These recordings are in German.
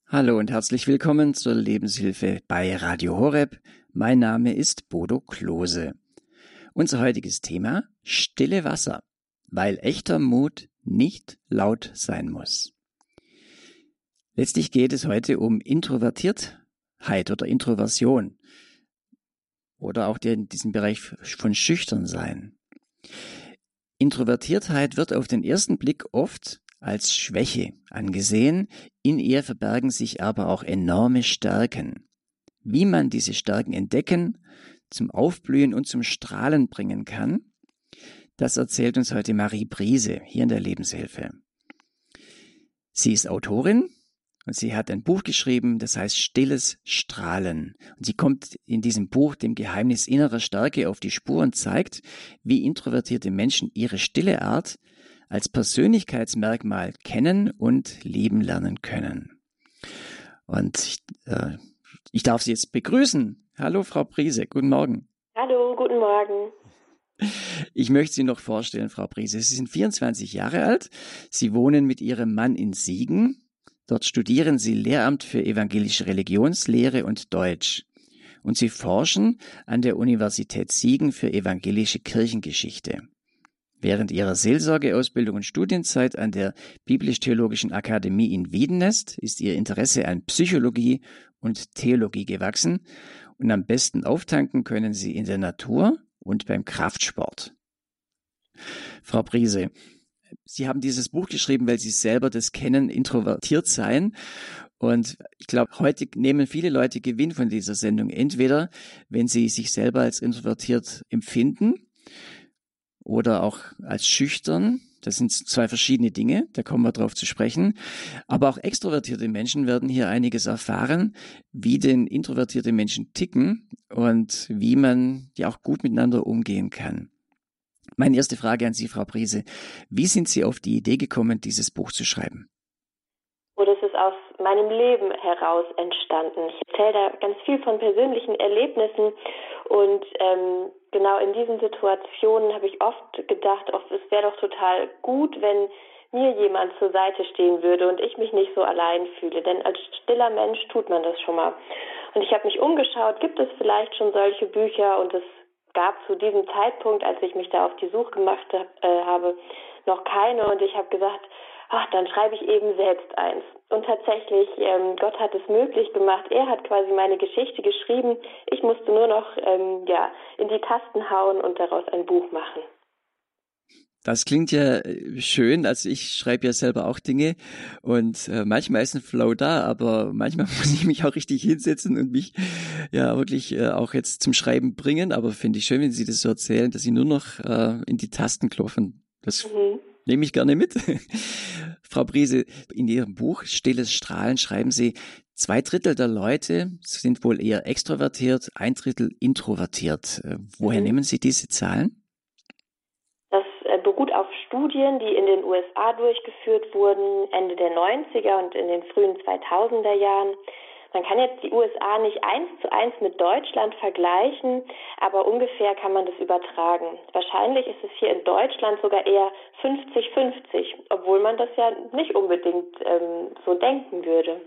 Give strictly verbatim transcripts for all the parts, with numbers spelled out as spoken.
Hallo und herzlich willkommen zur Lebenshilfe bei Radio Horeb. Mein Name ist Bodo Klose. Unser heutiges Thema: Stille Wasser, weil echter Mut nicht laut sein muss. Letztlich geht es heute um Introvertiertheit oder Introversion oder auch in diesem Bereich von Schüchternsein. Introvertiertheit wird auf den ersten Blick oft als Schwäche angesehen, in ihr verbergen sich aber auch enorme Stärken. Wie man diese Stärken entdecken, zum Aufblühen und zum Strahlen bringen kann, das erzählt uns heute Marie Briese hier in der Lebenshilfe. Sie ist Autorin und sie hat ein Buch geschrieben, das heißt Stilles Strahlen. Und sie kommt in diesem Buch dem Geheimnis innerer Stärke auf die Spur und zeigt, wie introvertierte Menschen ihre stille Art als Persönlichkeitsmerkmal kennen und lieben lernen können. Und ich, äh, ich darf Sie jetzt begrüßen. Hallo, Frau Briese, guten Morgen. Hallo, guten Morgen. Ich möchte Sie noch vorstellen, Frau Briese. Sie sind vierundzwanzig Jahre alt. Sie wohnen mit Ihrem Mann in Siegen. Dort studieren Sie Lehramt für evangelische Religionslehre und Deutsch. Und Sie forschen an der Universität Siegen für evangelische Kirchengeschichte. Während ihrer Seelsorgeausbildung und Studienzeit an der Biblisch-Theologischen Akademie in Wiedenest ist ihr Interesse an Psychologie und Theologie gewachsen und am besten auftanken können sie in der Natur und beim Kraftsport. Frau Briese, Sie haben dieses Buch geschrieben, weil Sie selber das kennen, introvertiert sein. Und ich glaube, heute nehmen viele Leute Gewinn von dieser Sendung. Entweder, wenn sie sich selber als introvertiert empfinden, oder auch als schüchtern. Das sind zwei verschiedene Dinge, da kommen wir drauf zu sprechen. Aber auch extrovertierte Menschen werden hier einiges erfahren, wie denn introvertierte Menschen ticken und wie man ja auch gut miteinander umgehen kann. Meine erste Frage an Sie, Frau Briese: Wie sind Sie auf die Idee gekommen, dieses Buch zu schreiben? Oh, das ist aus meinem Leben heraus entstanden. Ich erzähle da ganz viel von persönlichen Erlebnissen und ähm, genau in diesen Situationen habe ich oft gedacht, oh, es wäre doch total gut, wenn mir jemand zur Seite stehen würde und ich mich nicht so allein fühle. Denn als stiller Mensch tut man das schon mal. Und ich habe mich umgeschaut, gibt es vielleicht schon solche Bücher? Und es gab zu diesem Zeitpunkt, als ich mich da auf die Suche gemacht äh, habe, noch keine. Und ich habe gesagt, ach, dann schreibe ich eben selbst eins. Und tatsächlich, ähm, Gott hat es möglich gemacht. Er hat quasi meine Geschichte geschrieben. Ich musste nur noch ähm, ja, in die Tasten hauen und daraus ein Buch machen. Das klingt ja schön. Also ich schreibe ja selber auch Dinge und äh, manchmal ist ein Flow da, aber manchmal muss ich mich auch richtig hinsetzen und mich ja wirklich äh, auch jetzt zum Schreiben bringen. Aber finde ich schön, wenn Sie das so erzählen, dass Sie nur noch äh, in die Tasten klopfen. Das mhm. nehme ich gerne mit. Frau Briese, in Ihrem Buch Stilles Strahlen schreiben Sie, zwei Drittel der Leute sind wohl eher extrovertiert, ein Drittel introvertiert. Äh, woher mhm. nehmen Sie diese Zahlen? Das beruht auf Studien, die in den U S A durchgeführt wurden, Ende der neunziger und in den frühen zweitausender Jahren. Man kann jetzt die U S A nicht eins zu eins mit Deutschland vergleichen, aber ungefähr kann man das übertragen. Wahrscheinlich ist es hier in Deutschland sogar eher fünfzig fünfzig, obwohl man das ja nicht unbedingt ähm, so denken würde.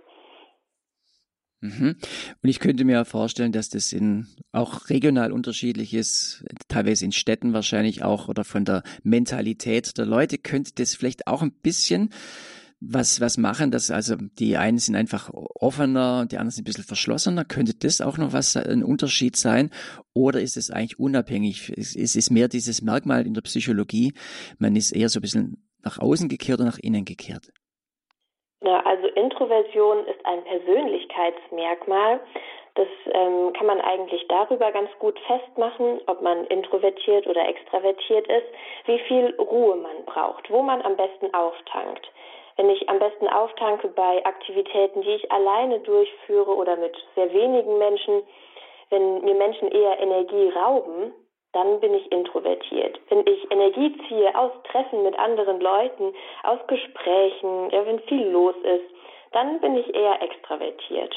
Mhm. Und ich könnte mir vorstellen, dass das in, auch regional unterschiedlich ist, teilweise in Städten wahrscheinlich auch oder von der Mentalität der Leute. Könnte das vielleicht auch ein bisschen was, was machen, dass also die einen sind einfach offener und die anderen sind ein bisschen verschlossener? Könnte das auch noch was, ein Unterschied sein? Oder ist es eigentlich unabhängig? Es, es ist mehr dieses Merkmal in der Psychologie, man ist eher so ein bisschen nach außen gekehrt oder nach innen gekehrt? Ja, also Introversion ist ein Persönlichkeitsmerkmal. Das ähm, kann man eigentlich darüber ganz gut festmachen, ob man introvertiert oder extravertiert ist, wie viel Ruhe man braucht, wo man am besten auftankt. Wenn ich am besten auftanke bei Aktivitäten, die ich alleine durchführe oder mit sehr wenigen Menschen, wenn mir Menschen eher Energie rauben, dann bin ich introvertiert. Wenn ich Energie ziehe aus Treffen mit anderen Leuten, aus Gesprächen, ja, wenn viel los ist, dann bin ich eher extravertiert.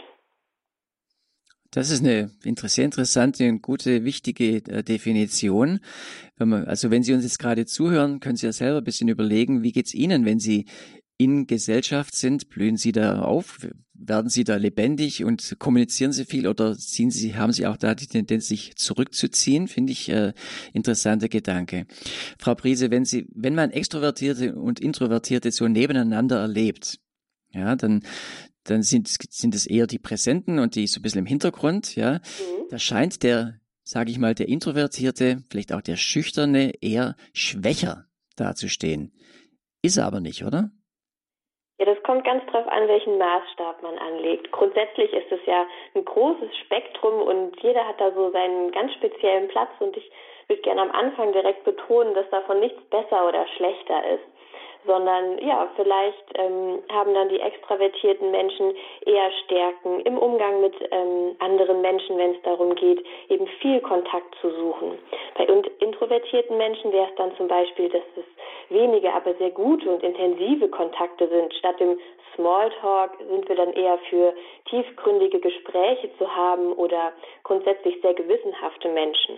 Das ist eine sehr interessante und gute, wichtige äh, Definition. Wenn man, also wenn Sie uns jetzt gerade zuhören, können Sie ja selber ein bisschen überlegen, wie geht's Ihnen, wenn Sie in Gesellschaft sind? Blühen Sie da auf? Werden Sie da lebendig und kommunizieren Sie viel oder ziehen Sie, haben Sie auch da die Tendenz, sich zurückzuziehen? Finde ich äh, interessanter Gedanke. Frau Priese, wenn Sie, wenn man Extrovertierte und Introvertierte so nebeneinander erlebt, ja, dann, dann sind, sind es eher die Präsenten und die so ein bisschen im Hintergrund, ja. Mhm. Da scheint der, sage ich mal, der Introvertierte, vielleicht auch der Schüchterne, eher schwächer dazustehen. Ist er aber nicht, oder? Ja, das kommt ganz drauf an, welchen Maßstab man anlegt. Grundsätzlich ist es ja ein großes Spektrum und jeder hat da so seinen ganz speziellen Platz und ich würde gerne am Anfang direkt betonen, dass davon nichts besser oder schlechter ist, sondern ja, vielleicht ähm, haben dann die extravertierten Menschen eher Stärken im Umgang mit ähm, anderen Menschen, wenn es darum geht, eben viel Kontakt zu suchen. Bei introvertierten Menschen wäre es dann zum Beispiel, dass es wenige, aber sehr gute und intensive Kontakte sind. Statt dem Smalltalk sind wir dann eher für tiefgründige Gespräche zu haben oder grundsätzlich sehr gewissenhafte Menschen.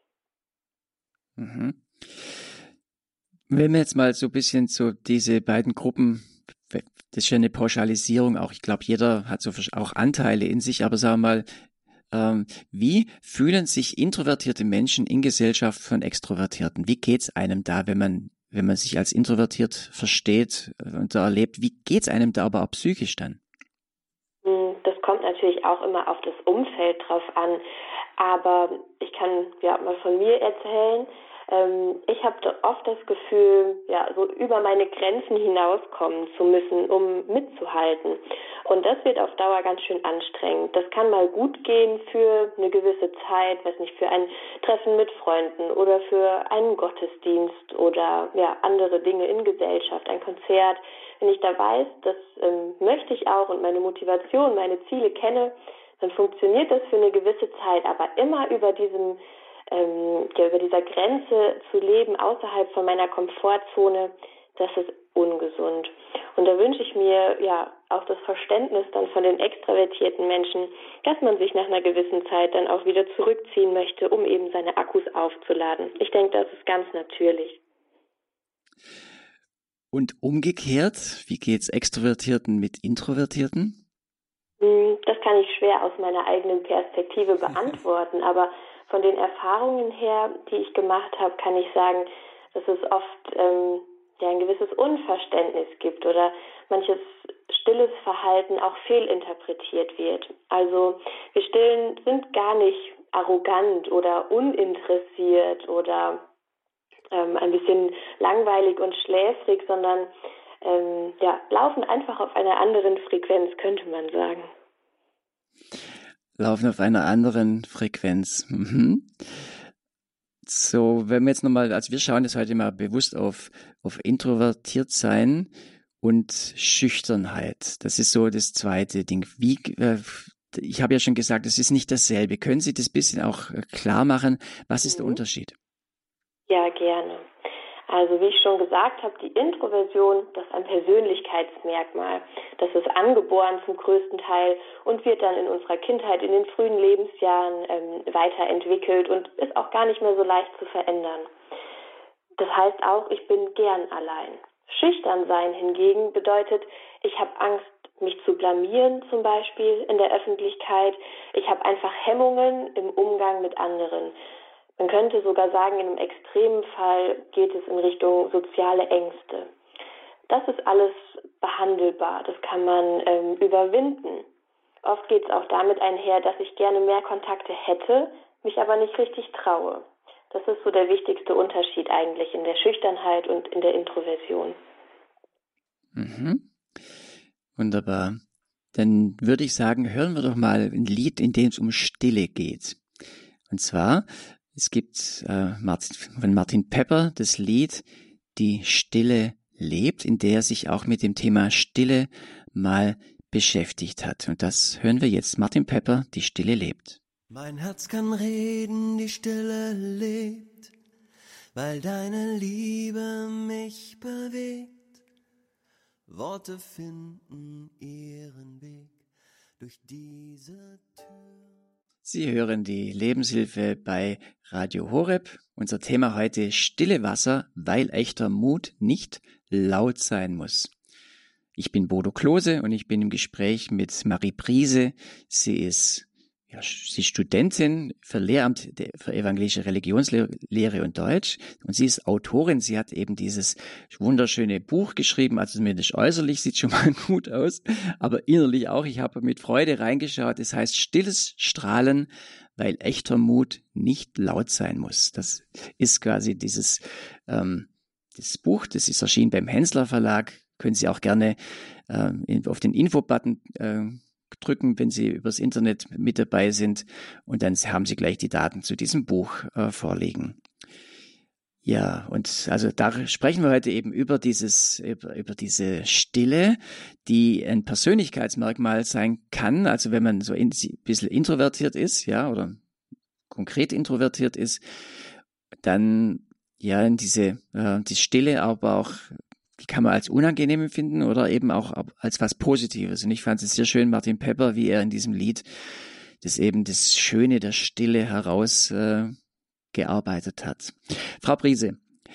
Mhm. Wenn wir jetzt mal so ein bisschen so diese beiden Gruppen, das ist ja eine Pauschalisierung auch, ich glaube, jeder hat so auch Anteile in sich, aber sagen wir mal, ähm, wie fühlen sich introvertierte Menschen in Gesellschaft von Extrovertierten? Wie geht's einem da, wenn man, wenn man sich als introvertiert versteht und da erlebt? Wie geht's einem da aber auch psychisch dann? Das kommt natürlich auch immer auf das Umfeld drauf an, aber ich kann ja mal von mir erzählen. Ich habe oft das Gefühl, ja, so über meine Grenzen hinauskommen zu müssen, um mitzuhalten. Und das wird auf Dauer ganz schön anstrengend. Das kann mal gut gehen für eine gewisse Zeit, weiß nicht, für ein Treffen mit Freunden oder für einen Gottesdienst oder ja, andere Dinge in Gesellschaft, ein Konzert. Wenn ich da weiß, das ähm, möchte ich auch und meine Motivation, meine Ziele kenne, dann funktioniert das für eine gewisse Zeit, aber immer über diesem Ähm, ja, über dieser Grenze zu leben, außerhalb von meiner Komfortzone, das ist ungesund. Und da wünsche ich mir ja auch das Verständnis dann von den extravertierten Menschen, dass man sich nach einer gewissen Zeit dann auch wieder zurückziehen möchte, um eben seine Akkus aufzuladen. Ich denke, das ist ganz natürlich. Und umgekehrt, wie geht's Extrovertierten mit Introvertierten? Das kann ich schwer aus meiner eigenen Perspektive beantworten, aber von den Erfahrungen her, die ich gemacht habe, kann ich sagen, dass es oft ähm, ja ein gewisses Unverständnis gibt oder manches stilles Verhalten auch fehlinterpretiert wird. Also wir Stillen sind gar nicht arrogant oder uninteressiert oder ähm, ein bisschen langweilig und schläfrig, sondern ähm, ja, laufen einfach auf einer anderen Frequenz, könnte man sagen. Laufen auf einer anderen Frequenz. Mhm. So, wenn wir jetzt nochmal, also wir schauen jetzt heute mal bewusst auf, auf introvertiert sein und Schüchternheit. Das ist so das zweite Ding. Wie, äh, ich habe ja schon gesagt, es ist nicht dasselbe. Können Sie das bisschen auch klar machen? Was ist mhm. der Unterschied? Ja, gerne. Also wie ich schon gesagt habe, die Introversion, das ist ein Persönlichkeitsmerkmal. Das ist angeboren zum größten Teil und wird dann in unserer Kindheit, in den frühen Lebensjahren ähm, weiterentwickelt und ist auch gar nicht mehr so leicht zu verändern. Das heißt auch, ich bin gern allein. Schüchtern sein hingegen bedeutet, ich habe Angst, mich zu blamieren zum Beispiel in der Öffentlichkeit. Ich habe einfach Hemmungen im Umgang mit anderen. Man könnte sogar sagen, in einem extremen Fall geht es in Richtung soziale Ängste. Das ist alles behandelbar, das kann man ähm, überwinden. Oft geht es auch damit einher, dass ich gerne mehr Kontakte hätte, mich aber nicht richtig traue. Das ist so der wichtigste Unterschied eigentlich in der Schüchternheit und in der Introversion. Mhm. Wunderbar. Dann würde ich sagen, hören wir doch mal ein Lied, in dem es um Stille geht. Und zwar, es gibt äh, Martin, von Martin Pepper das Lied Die Stille lebt, in der er sich auch mit dem Thema Stille mal beschäftigt hat. Und das hören wir jetzt. Martin Pepper, Die Stille lebt. Mein Herz kann reden, die Stille lebt, weil deine Liebe mich bewegt. Worte finden ihren Weg durch diese Tür. Sie hören die Lebenshilfe bei Radio Horeb. Unser Thema heute Stille Wasser, weil echter Mut nicht laut sein muss. Ich bin Bodo Klose und ich bin im Gespräch mit Marie Priese. Sie ist, ja, sie ist Studentin für Lehramt für evangelische Religionslehre und Deutsch und sie ist Autorin. Sie hat eben dieses wunderschöne Buch geschrieben, also zumindest äußerlich sieht schon mal gut aus, aber innerlich auch. Ich habe mit Freude reingeschaut. Es heißt Stilles Strahlen, weil echter Mut nicht laut sein muss. Das ist quasi dieses ähm, das Buch, das ist erschienen beim Hensler Verlag. Können Sie auch gerne äh, auf den Info-Button äh, drücken, wenn Sie übers Internet mit dabei sind. Und dann haben Sie gleich die Daten zu diesem Buch äh, vorliegen. Ja, und also da sprechen wir heute eben über dieses, über, über diese Stille, die ein Persönlichkeitsmerkmal sein kann. Also wenn man so ein bisschen introvertiert ist, ja, oder konkret introvertiert ist, dann ja diese äh, die Stille, aber auch die kann man als unangenehm empfinden oder eben auch als was Positives. Und ich fand es sehr schön, Martin Pepper, wie er in diesem Lied das eben das Schöne der Stille heraus äh, gearbeitet hat. Frau Priese,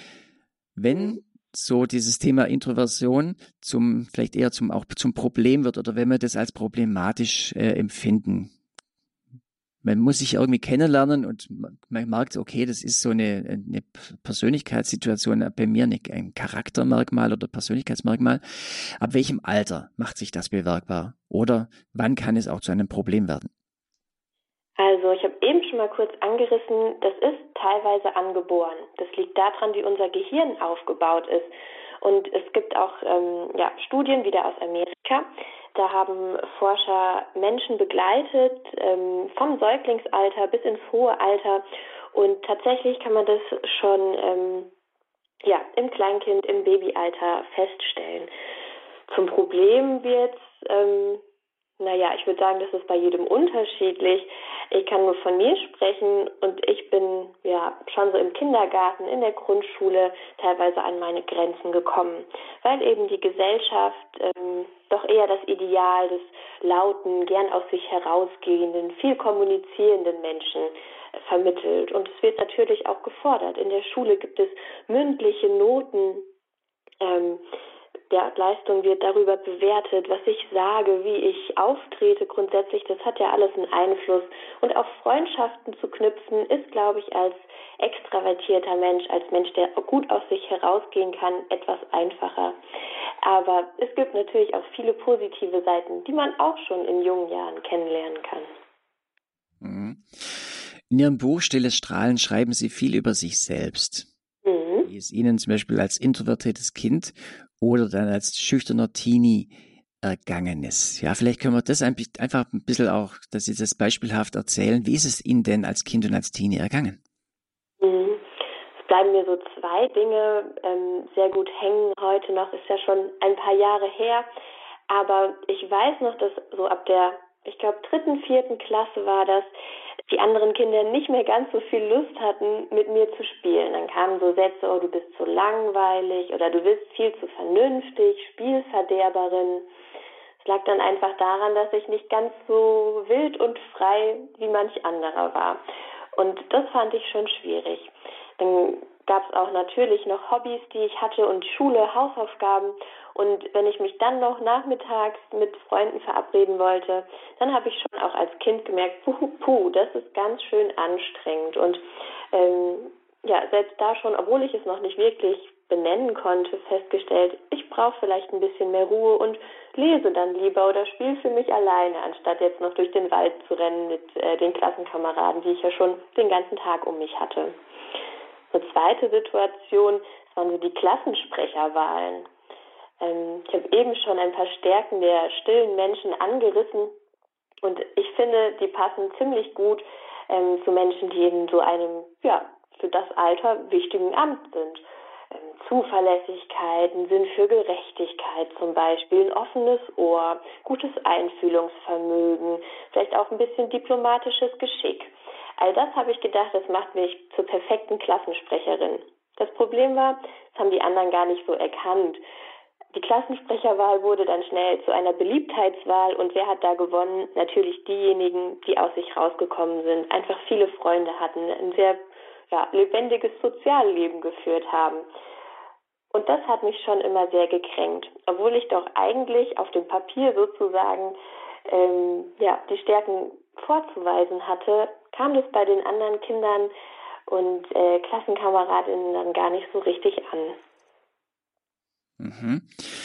wenn so dieses Thema Introversion zum vielleicht eher zum auch zum Problem wird oder wenn wir das als problematisch äh, empfinden, man muss sich irgendwie kennenlernen und man merkt, okay, das ist so eine, eine Persönlichkeitssituation, bei mir ein Charaktermerkmal oder Persönlichkeitsmerkmal. Ab welchem Alter macht sich das bemerkbar? Oder wann kann es auch zu einem Problem werden? Also ich habe eben schon mal kurz angerissen, das ist teilweise angeboren. Das liegt daran, wie unser Gehirn aufgebaut ist. Und es gibt auch ähm, ja, Studien wieder aus Amerika. Da haben Forscher Menschen begleitet, ähm, vom Säuglingsalter bis ins hohe Alter. Und tatsächlich kann man das schon ähm, ja, im Kleinkind, im Babyalter feststellen. Zum Problem wird es, ähm, naja, ich würde sagen, das ist bei jedem unterschiedlich. Ich kann nur von mir sprechen und ich bin ja schon so im Kindergarten, in der Grundschule teilweise an meine Grenzen gekommen, weil eben die Gesellschaft ähm, doch eher das Ideal des lauten, gern aus sich herausgehenden, viel kommunizierenden Menschen äh, vermittelt. Und es wird natürlich auch gefordert. In der Schule gibt es mündliche Noten, ähm, der Leistung wird darüber bewertet, was ich sage, wie ich auftrete. Grundsätzlich, das hat ja alles einen Einfluss. Und auf Freundschaften zu knüpfen, ist, glaube ich, als extravertierter Mensch, als Mensch, der gut aus sich herausgehen kann, etwas einfacher. Aber es gibt natürlich auch viele positive Seiten, die man auch schon in jungen Jahren kennenlernen kann. In Ihrem Buch Stilles Strahlen schreiben Sie viel über sich selbst. Mhm. Wie es Ihnen zum Beispiel als introvertiertes Kind oder dann als schüchterner Teenie ergangen ist. Ja, vielleicht können wir das ein, einfach ein bisschen auch, dass Sie das beispielhaft erzählen. Wie ist es Ihnen denn als Kind und als Teenie ergangen? Mhm. Es bleiben mir so zwei Dinge ähm, sehr gut hängen heute noch. Ist ja schon ein paar Jahre her. Aber ich weiß noch, dass so ab der, ich glaube, dritten, vierten Klasse war das, die anderen Kinder nicht mehr ganz so viel Lust hatten, mit mir zu spielen. Dann kamen so Sätze, oh, du bist zu langweilig oder du bist viel zu vernünftig, Spielverderberin. Es lag dann einfach daran, dass ich nicht ganz so wild und frei wie manch anderer war. Und das fand ich schon schwierig. Dann gab es auch natürlich noch Hobbys, die ich hatte und Schule, Hausaufgaben. Und wenn ich mich dann noch nachmittags mit Freunden verabreden wollte, dann habe ich schon auch als Kind gemerkt, puh, puh, das ist ganz schön anstrengend. Und ähm, ja, selbst da schon, obwohl ich es noch nicht wirklich benennen konnte, festgestellt, ich brauche vielleicht ein bisschen mehr Ruhe und lese dann lieber oder spiele für mich alleine, anstatt jetzt noch durch den Wald zu rennen mit äh, den Klassenkameraden, die ich ja schon den ganzen Tag um mich hatte. Eine zweite Situation, das waren so die Klassensprecherwahlen. Ähm, ich habe eben schon ein paar Stärken der stillen Menschen angerissen und ich finde, die passen ziemlich gut ähm, zu Menschen, die in so einem, ja, für das Alter wichtigen Amt sind. Ähm, Zuverlässigkeit, ein Sinn für Gerechtigkeit zum Beispiel, ein offenes Ohr, gutes Einfühlungsvermögen, vielleicht auch ein bisschen diplomatisches Geschick. All das habe ich gedacht, das macht mich zur perfekten Klassensprecherin. Das Problem war, das haben die anderen gar nicht so erkannt. Die Klassensprecherwahl wurde dann schnell zu einer Beliebtheitswahl und wer hat da gewonnen? Natürlich diejenigen, die aus sich rausgekommen sind, einfach viele Freunde hatten, ein sehr ja, lebendiges Sozialleben geführt haben. Und das hat mich schon immer sehr gekränkt, obwohl ich doch eigentlich auf dem Papier sozusagen ähm, ja, die Stärken vorzuweisen hatte, kam das bei den anderen Kindern und äh, Klassenkameradinnen dann gar nicht so richtig an. Mhm.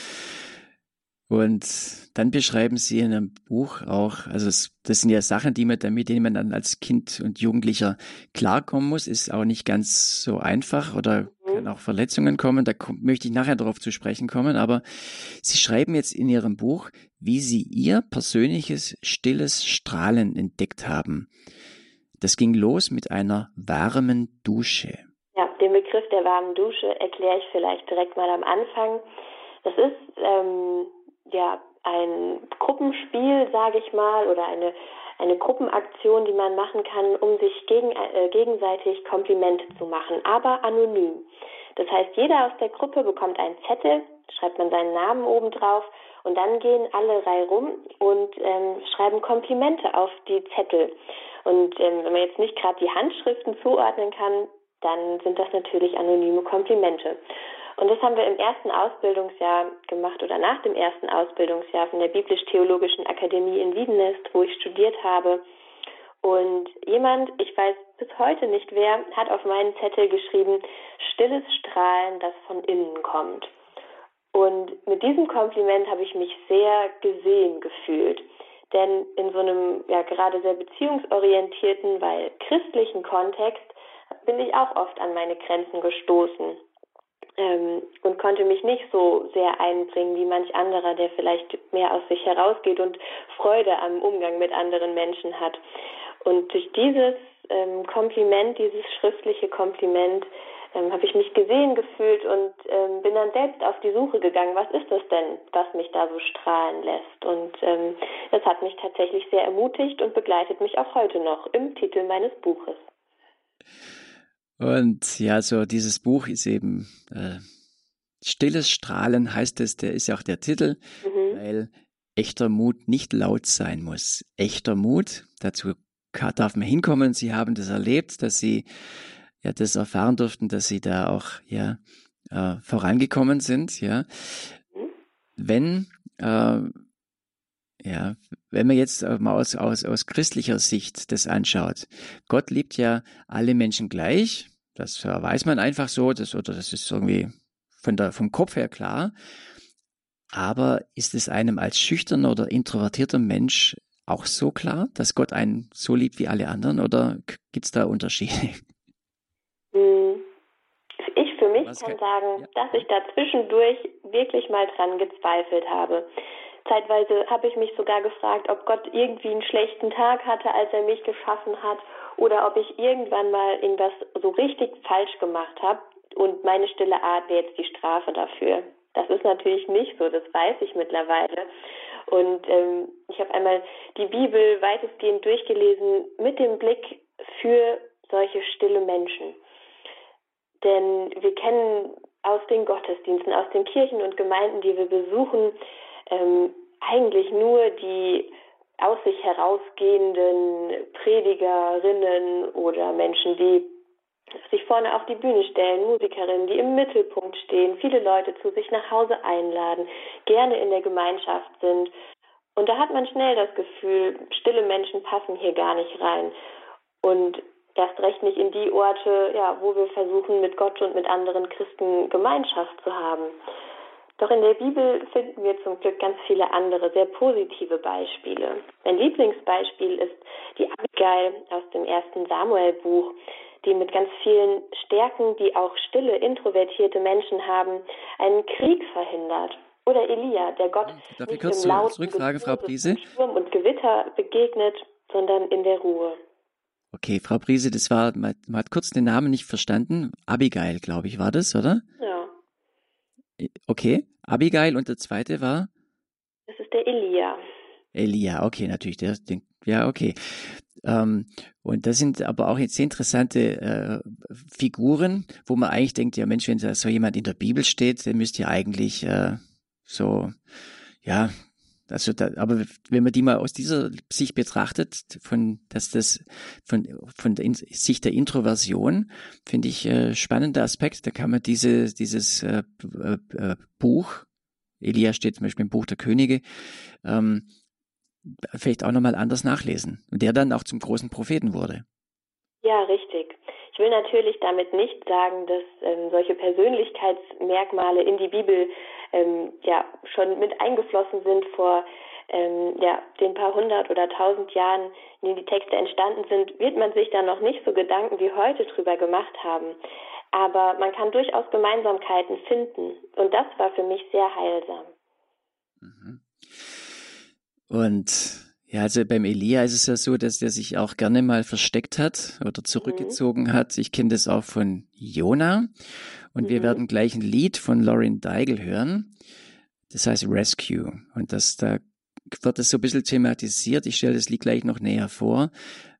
Und dann beschreiben Sie in einem Buch auch, also es, das sind ja Sachen, die man, mit denen man dann als Kind und Jugendlicher klarkommen muss, ist auch nicht ganz so einfach oder mhm. kann auch Verletzungen kommen. Da kommt, möchte ich nachher darauf zu sprechen kommen. Aber Sie schreiben jetzt in Ihrem Buch, wie Sie Ihr persönliches stilles Strahlen entdeckt haben. Das ging los mit einer warmen Dusche. Ja, den Begriff der warmen Dusche erkläre ich vielleicht direkt mal am Anfang. Das ist ähm, ja ein Gruppenspiel, sage ich mal, oder eine, eine Gruppenaktion, die man machen kann, um sich gegen, äh, gegenseitig Komplimente zu machen, aber anonym. Das heißt, jeder aus der Gruppe bekommt einen Zettel, schreibt man seinen Namen oben drauf und dann gehen alle Reihe rum und ähm, schreiben Komplimente auf die Zettel. Und ähm, wenn man jetzt nicht gerade die Handschriften zuordnen kann, dann sind das natürlich anonyme Komplimente. Und das haben wir im ersten Ausbildungsjahr gemacht oder nach dem ersten Ausbildungsjahr von der Biblisch-Theologischen Akademie in Wiedenest, wo ich studiert habe. Und jemand, ich weiß bis heute nicht wer, hat auf meinen Zettel geschrieben, stilles Strahlen, das von innen kommt. Und mit diesem Kompliment habe ich mich sehr gesehen gefühlt. Denn in so einem ja gerade sehr beziehungsorientierten, weil christlichen Kontext bin ich auch oft an meine Grenzen gestoßen ähm, und konnte mich nicht so sehr einbringen wie manch anderer, der vielleicht mehr aus sich herausgeht und Freude am Umgang mit anderen Menschen hat. Und durch dieses ähm, Kompliment, dieses schriftliche Kompliment, ähm, habe ich mich gesehen gefühlt und ähm, bin dann selbst auf die Suche gegangen, was ist das denn, was mich da so strahlen lässt. Und ähm, das hat mich tatsächlich sehr ermutigt und begleitet mich auch heute noch im Titel meines Buches. Und ja, so dieses Buch ist eben äh, Stilles Strahlen heißt es, der ist ja auch der Titel, mhm. weil echter Mut nicht laut sein muss. Echter Mut, dazu darf man hinkommen. Sie haben das erlebt, dass Sie ja das erfahren durften, dass Sie da auch ja äh, vorangekommen sind. Ja, mhm. wenn äh, ja, wenn man jetzt mal aus, aus, aus christlicher Sicht das anschaut, Gott liebt ja alle Menschen gleich, das weiß man einfach so, das, oder das ist irgendwie von der, vom Kopf her klar, aber ist es einem als schüchterner oder introvertierter Mensch auch so klar, dass Gott einen so liebt wie alle anderen, oder gibt es da Unterschiede? Ich für mich Was kann kann, sagen, ja. dass ich da zwischendurch wirklich mal dran gezweifelt habe. Zeitweise habe ich mich sogar gefragt, ob Gott irgendwie einen schlechten Tag hatte, als er mich geschaffen hat, oder ob ich irgendwann mal irgendwas so richtig falsch gemacht habe und meine stille Art wäre jetzt die Strafe dafür. Das ist natürlich nicht so, das weiß ich mittlerweile. Und ähm, ich habe einmal die Bibel weitestgehend durchgelesen mit dem Blick für solche stille Menschen. Denn wir kennen aus den Gottesdiensten, aus den Kirchen und Gemeinden, die wir besuchen, ähm, eigentlich nur die aus sich herausgehenden Predigerinnen oder Menschen, die sich vorne auf die Bühne stellen, Musikerinnen, die im Mittelpunkt stehen, viele Leute zu sich nach Hause einladen, gerne in der Gemeinschaft sind. Und da hat man schnell das Gefühl, stille Menschen passen hier gar nicht rein. Und erst recht nicht in die Orte, ja, wo wir versuchen, mit Gott und mit anderen Christen Gemeinschaft zu haben. Doch in der Bibel finden wir zum Glück ganz viele andere, sehr positive Beispiele. Mein Lieblingsbeispiel ist die Abigail aus dem ersten Samuel-Buch, die mit ganz vielen Stärken, die auch stille, introvertierte Menschen haben, einen Krieg verhindert. Oder Elia, der Gott Darf nicht kurz im lauten zurückfragen, Frau Priese? Sturm und Gewitter begegnet, sondern in der Ruhe. Okay, Frau Priese, das war, man, man hat kurz den Namen nicht verstanden. Abigail, glaube ich, war das, oder? Ja. Okay, Abigail und der zweite war? Das ist der Elia. Elia, okay, natürlich, der, den, ja, okay. Ähm, und das sind aber auch jetzt sehr interessante äh, Figuren, wo man eigentlich denkt, ja Mensch, wenn da so jemand in der Bibel steht, der müsste ja eigentlich äh, so, ja, Also da, aber wenn man die mal aus dieser Sicht betrachtet, von dass das von von der Sicht der Introversion, finde ich äh, spannender Aspekt. Da kann man diese dieses äh, äh, Buch, Elia steht zum Beispiel im Buch der Könige, ähm, vielleicht auch nochmal anders nachlesen. Und der dann auch zum großen Propheten wurde. Ja, richtig. Ich will natürlich damit nicht sagen, dass ähm, solche Persönlichkeitsmerkmale in die Bibel ähm, ja schon mit eingeflossen sind vor ähm, ja, den paar hundert oder tausend Jahren, in denen die Texte entstanden sind, wird man sich da noch nicht so Gedanken wie heute drüber gemacht haben. Aber man kann durchaus Gemeinsamkeiten finden. Und das war für mich sehr heilsam. Mhm. Und ja, also beim Elia ist es ja so, dass der sich auch gerne mal versteckt hat oder zurückgezogen mhm. hat. Ich kenne das auch von Jona. Und mhm. wir werden gleich ein Lied von Lauren Daigle hören. Das heißt Rescue. Und das, da wird es so ein bisschen thematisiert. Ich stelle das Lied gleich noch näher vor.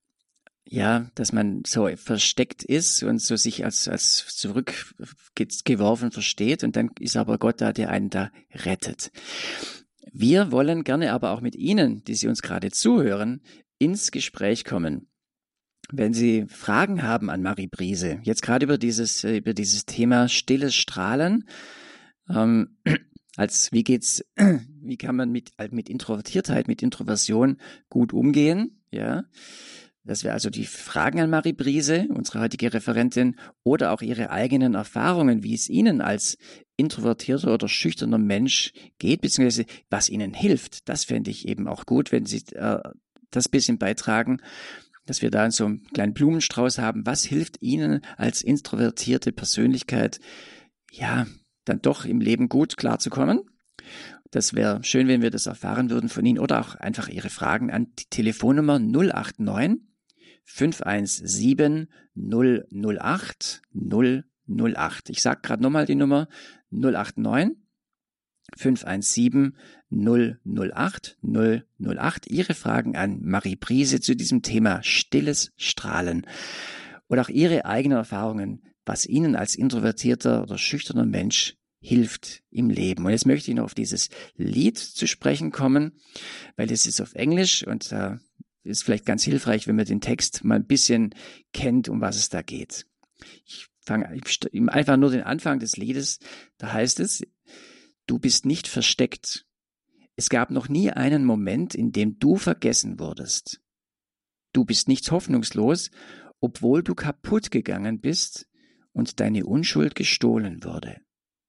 Ja, dass man so versteckt ist und so sich als, als zurückgeworfen versteht. Und dann ist aber Gott da, der einen da rettet. Wir wollen gerne aber auch mit Ihnen, die Sie uns gerade zuhören, ins Gespräch kommen. Wenn Sie Fragen haben an Marie Briese, jetzt gerade über dieses, über dieses Thema stilles Strahlen, ähm, als wie geht's, wie kann man mit, mit Introvertiertheit, mit Introversion gut umgehen, ja? Das wäre also die Fragen an Marie Briese, unsere heutige Referentin, oder auch ihre eigenen Erfahrungen, wie es Ihnen als introvertierter oder schüchterner Mensch geht, beziehungsweise was Ihnen hilft. Das fände ich eben auch gut, wenn Sie äh, das bisschen beitragen, dass wir da so einen kleinen Blumenstrauß haben. Was hilft Ihnen als introvertierte Persönlichkeit, ja, dann doch im Leben gut klarzukommen? Das wäre schön, wenn wir das erfahren würden von Ihnen, oder auch einfach Ihre Fragen an die Telefonnummer null acht neun fünf eins sieben null null acht null null acht. Ich sage gerade nochmal die Nummer null acht neun fünf eins sieben null null acht null null acht. Ihre Fragen an Marie Briese zu diesem Thema stilles Strahlen oder auch Ihre eigenen Erfahrungen, was Ihnen als introvertierter oder schüchterner Mensch hilft im Leben. Und jetzt möchte ich noch auf dieses Lied zu sprechen kommen, weil es ist auf Englisch und äh, ist vielleicht ganz hilfreich, wenn man den Text mal ein bisschen kennt, um was es da geht. Ich fange einfach nur den Anfang des Liedes. Da heißt es: Du bist nicht versteckt. Es gab noch nie einen Moment, in dem du vergessen wurdest. Du bist nicht hoffnungslos, obwohl du kaputt gegangen bist und deine Unschuld gestohlen wurde.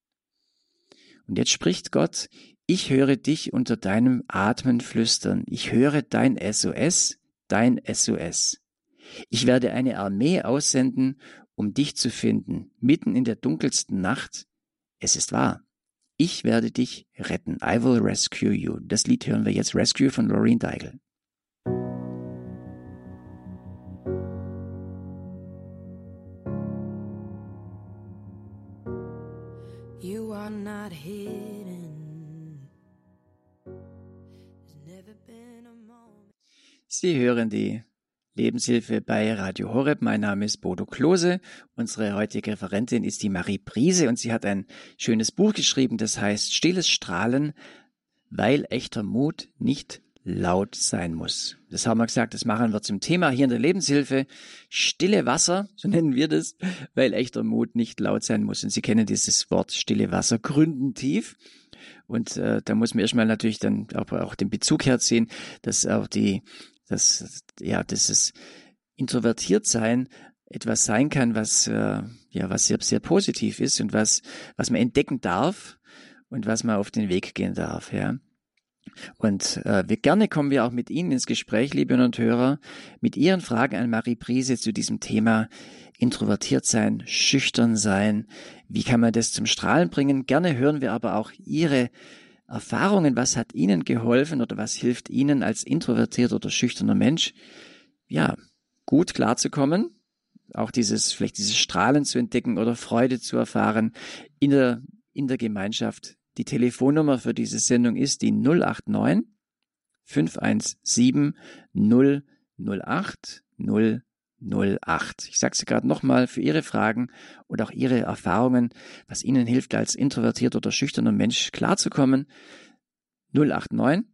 Und jetzt spricht Gott: Ich höre dich unter deinem Atmen flüstern. Ich höre dein S O S, dein S O S. Ich werde eine Armee aussenden, um dich zu finden, mitten in der dunkelsten Nacht. Es ist wahr. Ich werde dich retten. I will rescue you. Das Lied hören wir jetzt. Rescue von Lauren Daigle. You are not hidden. Sie hören die Lebenshilfe bei Radio Horeb. Mein Name ist Bodo Klose. Unsere heutige Referentin ist die Marie Briese und sie hat ein schönes Buch geschrieben, das heißt Stilles Strahlen, weil echter Mut nicht laut sein muss. Das haben wir gesagt, das machen wir zum Thema hier in der Lebenshilfe. Stille Wasser, so nennen wir das, weil echter Mut nicht laut sein muss. Und Sie kennen dieses Wort stille Wasser, gründen tief. Und äh, da muss man erstmal natürlich dann auch, auch den Bezug herziehen, dass auch die, dass, ja, dieses Introvertiertsein etwas sein kann, was, äh, ja, was sehr, sehr positiv ist und was, was man entdecken darf und was man auf den Weg gehen darf, ja. Und äh, wir gerne kommen wir auch mit Ihnen ins Gespräch, liebe Hörer und Hörer, mit Ihren Fragen an Marie Briese zu diesem Thema introvertiert sein, schüchtern sein. Wie kann man das zum Strahlen bringen? Gerne hören wir aber auch Ihre Erfahrungen. Was hat Ihnen geholfen oder was hilft Ihnen als introvertierter oder schüchterner Mensch, ja, gut klarzukommen, auch dieses, vielleicht dieses Strahlen zu entdecken oder Freude zu erfahren in der, in der Gemeinschaft. Die Telefonnummer für diese Sendung ist die null acht neun fünf eins sieben null null acht null null acht. Ich sage es gerade nochmal für Ihre Fragen und auch Ihre Erfahrungen, was Ihnen hilft, als introvertierter oder schüchterner Mensch klarzukommen. null acht neun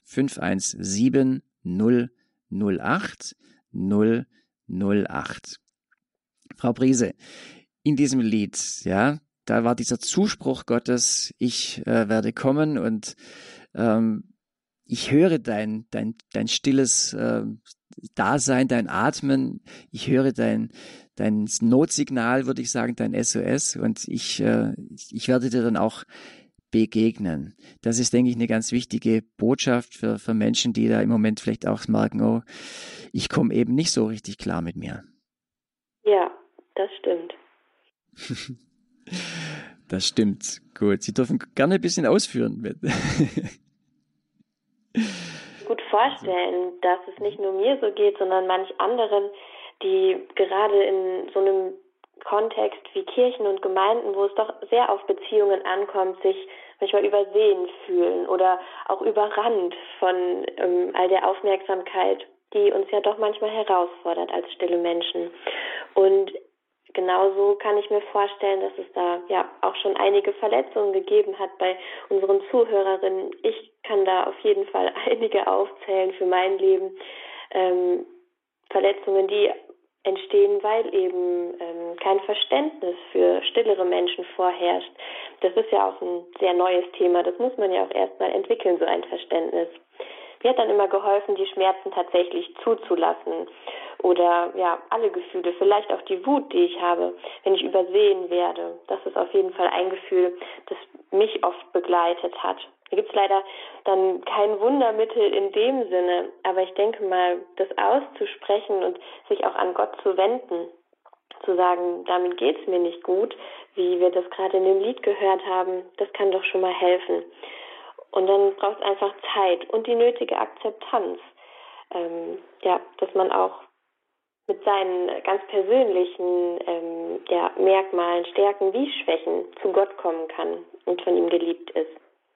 fünf eins sieben null null acht null null acht. Frau Briese, in diesem Lied, ja, da war dieser Zuspruch Gottes, ich äh, werde kommen und ähm, ich höre dein, dein, dein stilles äh, Dasein, dein Atmen, ich höre dein, dein Notsignal, würde ich sagen, dein S O S und ich, äh, ich werde dir dann auch begegnen. Das ist, denke ich, eine ganz wichtige Botschaft für, für Menschen, die da im Moment vielleicht auch merken, oh, ich komme eben nicht so richtig klar mit mir. Ja, das stimmt. Das stimmt. Gut, Sie dürfen gerne ein bisschen ausführen. Gut vorstellen, dass es nicht nur mir so geht, sondern manch anderen, die gerade in so einem Kontext wie Kirchen und Gemeinden, wo es doch sehr auf Beziehungen ankommt, sich manchmal übersehen fühlen oder auch überrannt von ähm, all der Aufmerksamkeit, die uns ja doch manchmal herausfordert als stille Menschen. Und genauso kann ich mir vorstellen, dass es da ja auch schon einige Verletzungen gegeben hat bei unseren Zuhörerinnen. Ich kann da auf jeden Fall einige aufzählen für mein Leben. Ähm, Verletzungen, die entstehen, weil eben ähm, kein Verständnis für stillere Menschen vorherrscht. Das ist ja auch ein sehr neues Thema. Das muss man ja auch erstmal entwickeln, so ein Verständnis. Mir hat dann immer geholfen, die Schmerzen tatsächlich zuzulassen oder ja, alle Gefühle, vielleicht auch die Wut, die ich habe, wenn ich übersehen werde. Das ist auf jeden Fall ein Gefühl, das mich oft begleitet hat. Da gibt es leider dann kein Wundermittel in dem Sinne, aber ich denke mal, das auszusprechen und sich auch an Gott zu wenden, zu sagen, damit geht es mir nicht gut, wie wir das gerade in dem Lied gehört haben, das kann doch schon mal helfen. Und dann braucht es einfach Zeit und die nötige Akzeptanz, ähm, ja, dass man auch mit seinen ganz persönlichen ähm, ja, Merkmalen, Stärken wie Schwächen zu Gott kommen kann und von ihm geliebt ist.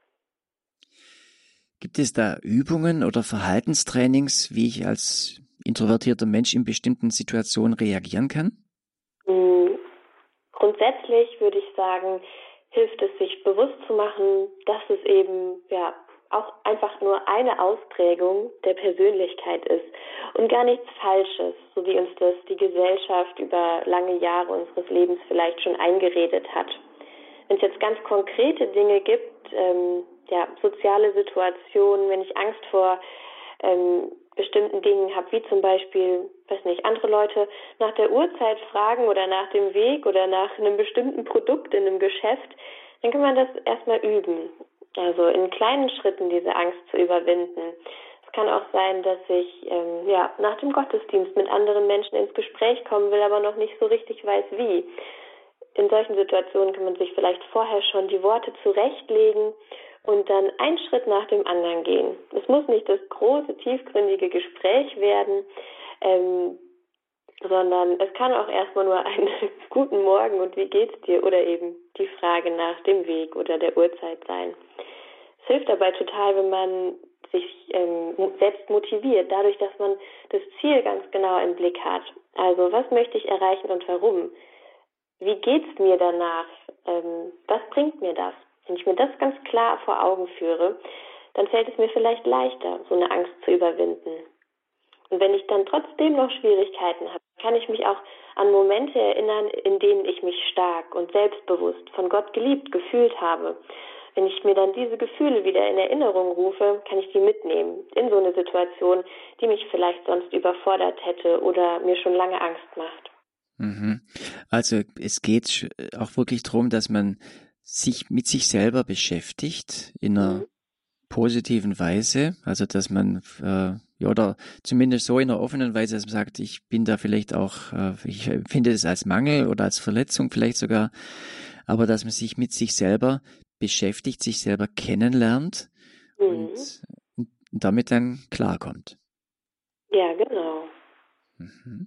Gibt es da Übungen oder Verhaltenstrainings, wie ich als introvertierter Mensch in bestimmten Situationen reagieren kann? Mhm. Grundsätzlich würde ich sagen, hilft es, sich bewusst zu machen, dass es eben ja auch einfach nur eine Ausprägung der Persönlichkeit ist und gar nichts Falsches, so wie uns das die Gesellschaft über lange Jahre unseres Lebens vielleicht schon eingeredet hat. Wenn es jetzt ganz konkrete Dinge gibt, ähm, ja, soziale Situationen, wenn ich Angst vor ähm, bestimmten Dingen habe, wie zum Beispiel, weiß nicht, andere Leute nach der Uhrzeit fragen oder nach dem Weg oder nach einem bestimmten Produkt in einem Geschäft, dann kann man das erstmal üben. Also in kleinen Schritten diese Angst zu überwinden. Es kann auch sein, dass ich ähm, ja, nach dem Gottesdienst mit anderen Menschen ins Gespräch kommen will, aber noch nicht so richtig weiß, wie. In solchen Situationen kann man sich vielleicht vorher schon die Worte zurechtlegen und dann einen Schritt nach dem anderen gehen. Es muss nicht das große, tiefgründige Gespräch werden, ähm, sondern es kann auch erstmal nur ein guten Morgen und wie geht's dir oder eben die Frage nach dem Weg oder der Uhrzeit sein. Es hilft dabei total, wenn man sich ähm, selbst motiviert, dadurch, dass man das Ziel ganz genau im Blick hat. Also was möchte ich erreichen und warum? Wie geht's mir danach? Ähm, was bringt mir das? Wenn ich mir das ganz klar vor Augen führe, dann fällt es mir vielleicht leichter, so eine Angst zu überwinden. Und wenn ich dann trotzdem noch Schwierigkeiten habe, kann ich mich auch an Momente erinnern, in denen ich mich stark und selbstbewusst von Gott geliebt gefühlt habe. Wenn ich mir dann diese Gefühle wieder in Erinnerung rufe, kann ich die mitnehmen in so eine Situation, die mich vielleicht sonst überfordert hätte oder mir schon lange Angst macht. Also es geht auch wirklich darum, dass man sich mit sich selber beschäftigt in einer mhm. positiven Weise, also dass man äh, ja, oder zumindest so in einer offenen Weise, dass man sagt, ich bin da vielleicht auch, äh, ich empfinde das als Mangel oder als Verletzung vielleicht sogar, aber dass man sich mit sich selber beschäftigt, sich selber kennenlernt mhm. und, und damit dann klarkommt. Ja, genau. Mhm.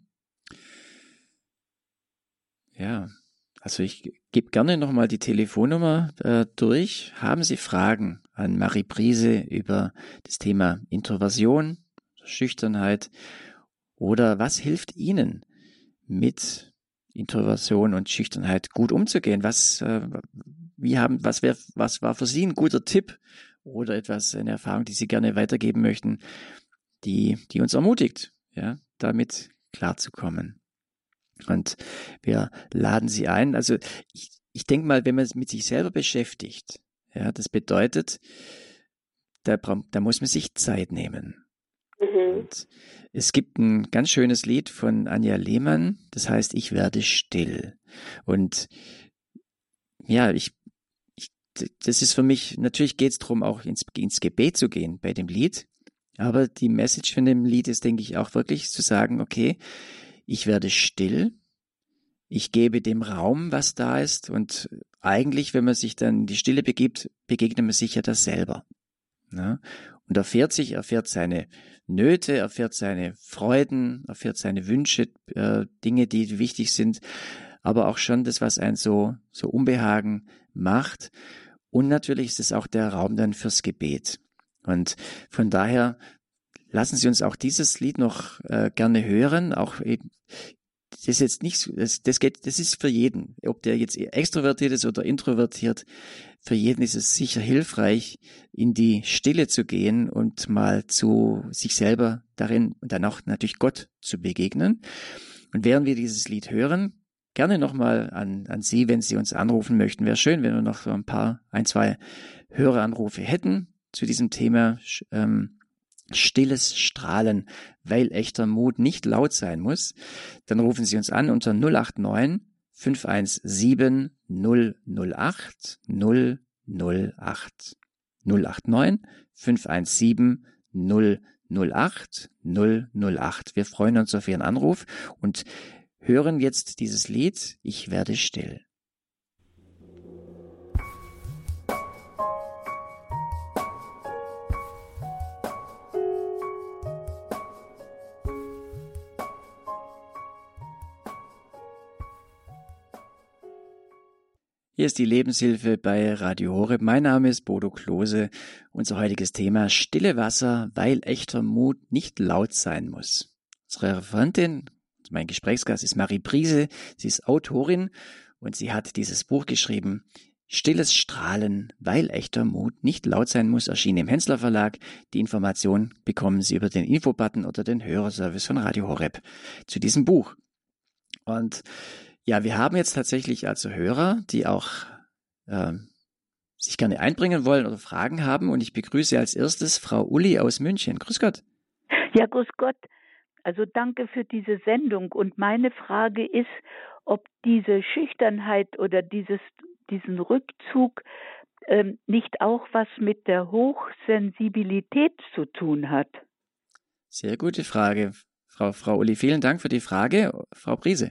Ja, also ich gebe gerne nochmal die Telefonnummer äh, durch. Haben Sie Fragen an Marie Briese über das Thema Introversion, Schüchternheit oder was hilft Ihnen mit Introversion und Schüchternheit gut umzugehen? Was, äh, wie haben, was, wär, was war für Sie ein guter Tipp, oder etwas, eine Erfahrung, die Sie gerne weitergeben möchten, die, die uns ermutigt, ja, damit klarzukommen. Und wir laden Sie ein. Also ich, ich denke mal, wenn man es mit sich selber beschäftigt, ja, das bedeutet, da, da muss man sich Zeit nehmen. Mhm. Und es gibt ein ganz schönes Lied von Anja Lehmann, das heißt, ich werde still. Und ja, ich, ich das ist für mich, natürlich geht es darum, auch ins, ins Gebet zu gehen bei dem Lied. Aber die Message von dem Lied ist, denke ich, auch wirklich zu sagen, okay, ich werde still, ich gebe dem Raum, was da ist. Und eigentlich, wenn man sich dann in die Stille begibt, begegnet man sich ja das selber. Ne? Und erfährt sich, erfährt seine Nöte, erfährt seine Freuden, erfährt seine Wünsche, äh, Dinge, die wichtig sind, aber auch schon das, was einen so, so Unbehagen macht. Und natürlich ist es auch der Raum dann fürs Gebet. Und von daher lassen Sie uns auch dieses Lied noch äh, gerne hören, auch eben, das ist jetzt nicht so, das, das geht, das ist für jeden, ob der jetzt extrovertiert ist oder introvertiert, für jeden ist es sicher hilfreich, in die Stille zu gehen und mal zu sich selber darin und dann auch natürlich Gott zu begegnen. Und während wir dieses Lied hören, gerne nochmal an, an Sie, wenn Sie uns anrufen möchten. Wäre schön, wenn wir noch so ein paar, ein, zwei Höreranrufe hätten zu diesem Thema, ähm, stilles Strahlen, weil echter Mut nicht laut sein muss. Dann rufen Sie uns an unter null acht neun fünf eins sieben null null acht null null acht null acht neun fünf eins sieben null null acht null null acht. Wir freuen uns auf Ihren Anruf und hören jetzt dieses Lied Ich werde still. Hier ist die Lebenshilfe bei Radio Horeb. Mein Name ist Bodo Klose. Unser heutiges Thema Stille Wasser, weil echter Mut nicht laut sein muss. Unsere Referentin, mein Gesprächsgast ist Marie Briese. Sie ist Autorin und sie hat dieses Buch geschrieben, Stilles Strahlen, weil echter Mut nicht laut sein muss, erschienen im Hensler Verlag. Die Information bekommen Sie über den Infobutton oder den Hörerservice von Radio Horeb zu diesem Buch. Und ja, wir haben jetzt tatsächlich also Hörer, die auch äh, sich gerne einbringen wollen oder Fragen haben. Und ich begrüße als erstes Frau Uli aus München. Grüß Gott. Ja, grüß Gott. Also danke für diese Sendung. Und meine Frage ist, ob diese Schüchternheit oder dieses, diesen Rückzug ähm, nicht auch was mit der Hochsensibilität zu tun hat. Sehr gute Frage, Frau, Frau Uli. Vielen Dank für die Frage. Frau Briese.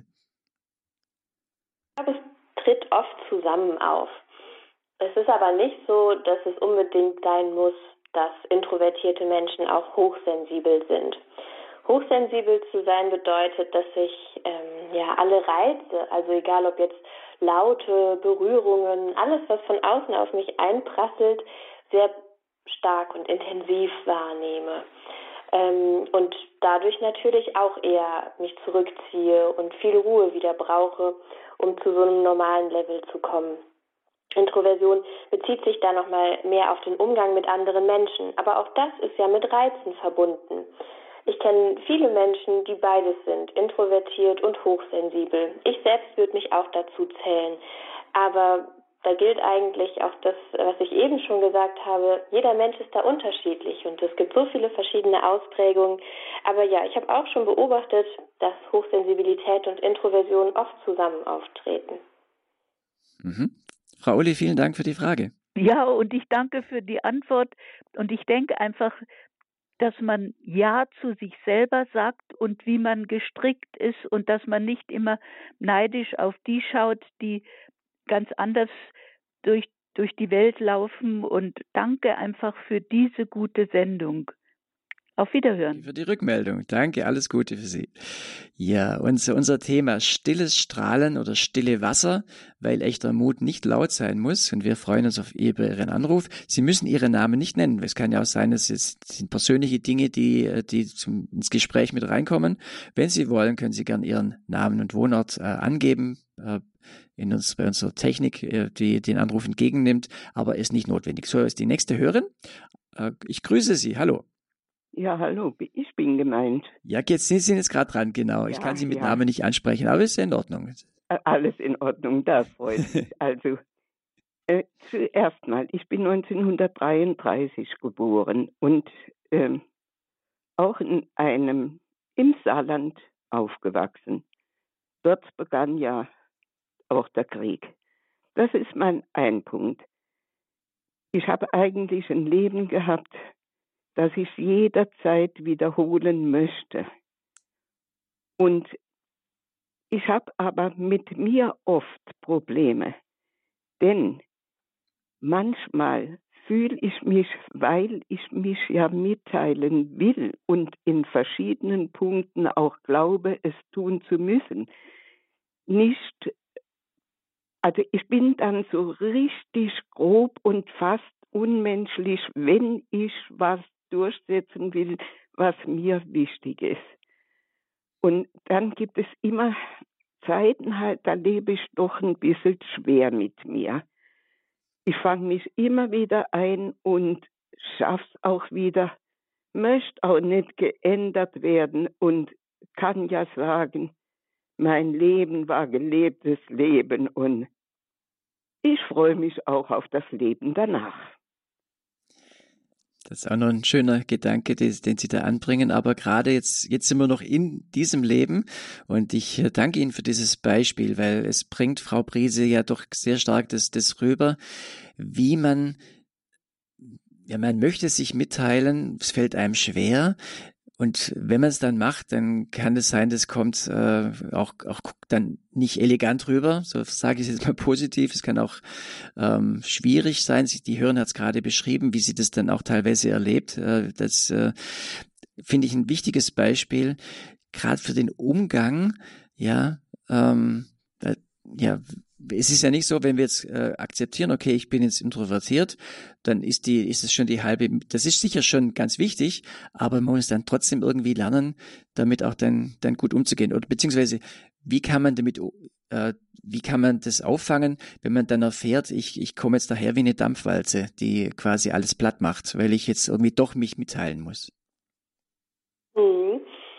Ich glaube, es tritt oft zusammen auf. Es ist aber nicht so, dass es unbedingt sein muss, dass introvertierte Menschen auch hochsensibel sind. Hochsensibel zu sein bedeutet, dass ich ähm, ja alle Reize, also egal ob jetzt Laute, Berührungen, alles, was von außen auf mich einprasselt, sehr stark und intensiv wahrnehme. Ähm, und dadurch natürlich auch eher mich zurückziehe und viel Ruhe wieder brauche, um zu so einem normalen Level zu kommen. Introversion bezieht sich da nochmal mehr auf den Umgang mit anderen Menschen, aber auch das ist ja mit Reizen verbunden. Ich kenne viele Menschen, die beides sind, introvertiert und hochsensibel. Ich selbst würde mich auch dazu zählen, aber da gilt eigentlich auch das, was ich eben schon gesagt habe, jeder Mensch ist da unterschiedlich und es gibt so viele verschiedene Ausprägungen. Aber ja, ich habe auch schon beobachtet, dass Hochsensibilität und Introversion oft zusammen auftreten. Mhm. Frau Uli, vielen Dank für die Frage. Ja, und ich danke für die Antwort. Und ich denke einfach, dass man Ja zu sich selber sagt und wie man gestrickt ist und dass man nicht immer neidisch auf die schaut, die ganz anders durch, durch die Welt laufen. Und danke einfach für diese gute Sendung. Auf Wiederhören. Für die Rückmeldung. Danke, alles Gute für Sie. Ja, unser, unser Thema stilles Strahlen oder stille Wasser, weil echter Mut nicht laut sein muss. Und wir freuen uns auf Ihren Anruf. Sie müssen Ihren Namen nicht nennen. Es kann ja auch sein, dass es sind persönliche Dinge, die, die zum, ins Gespräch mit reinkommen. Wenn Sie wollen, können Sie gern Ihren Namen und Wohnort äh, angeben. Äh, in uns, bei unserer Technik, äh, die den Anruf entgegennimmt. Aber ist nicht notwendig. So ist die nächste Hörerin. Äh, ich grüße Sie. Hallo. Ja, hallo, ich bin gemeint. Ja, jetzt Sie sind jetzt gerade dran, genau. Ich Ja, kann Sie mit ja. Namen nicht ansprechen, aber ist ja in Ordnung. Alles in Ordnung, das freut mich. Also, äh, zuerst mal, ich bin neunzehnhundertdreiunddreißig geboren und ähm, auch in einem, im Saarland aufgewachsen. Dort begann ja auch der Krieg. Das ist mein ein Punkt. Ich habe eigentlich ein Leben gehabt, das ich jederzeit wiederholen möchte. Und ich habe aber mit mir oft Probleme, denn manchmal fühle ich mich, weil ich mich ja mitteilen will und in verschiedenen Punkten auch glaube, es tun zu müssen, nicht, also ich bin dann so richtig grob und fast unmenschlich, wenn ich was durchsetzen will, was mir wichtig ist. Und dann gibt es immer Zeiten halt, da lebe ich doch ein bisschen schwer mit mir. Ich fange mich immer wieder ein und schaff's auch wieder, möchte auch nicht geändert werden und kann ja sagen, mein Leben war gelebtes Leben und ich freue mich auch auf das Leben danach. Das ist auch noch ein schöner Gedanke, den, den Sie da anbringen. Aber gerade jetzt, jetzt sind wir noch in diesem Leben und ich danke Ihnen für dieses Beispiel, weil es bringt Frau Briese ja doch sehr stark das, das rüber, wie man, ja, man möchte sich mitteilen, es fällt einem schwer. Und wenn man es dann macht, dann kann es sein, das kommt äh, auch, auch dann nicht elegant rüber, so sage ich es jetzt mal positiv. Es kann auch ähm, schwierig sein. Die Hörerin hat es gerade beschrieben, wie sie das dann auch teilweise erlebt. Äh, das äh, finde ich ein wichtiges Beispiel, gerade für den Umgang. Ja, ähm, da, ja. Es ist ja nicht so, wenn wir jetzt äh, akzeptieren, okay, ich bin jetzt introvertiert, dann ist die, ist es schon die halbe, das ist sicher schon ganz wichtig, aber man muss dann trotzdem irgendwie lernen, damit auch dann, dann gut umzugehen. Oder beziehungsweise, wie kann man damit, äh, wie kann man das auffangen, wenn man dann erfährt, ich, ich komme jetzt daher wie eine Dampfwalze, die quasi alles platt macht, weil ich jetzt irgendwie doch mich mitteilen muss. Mhm.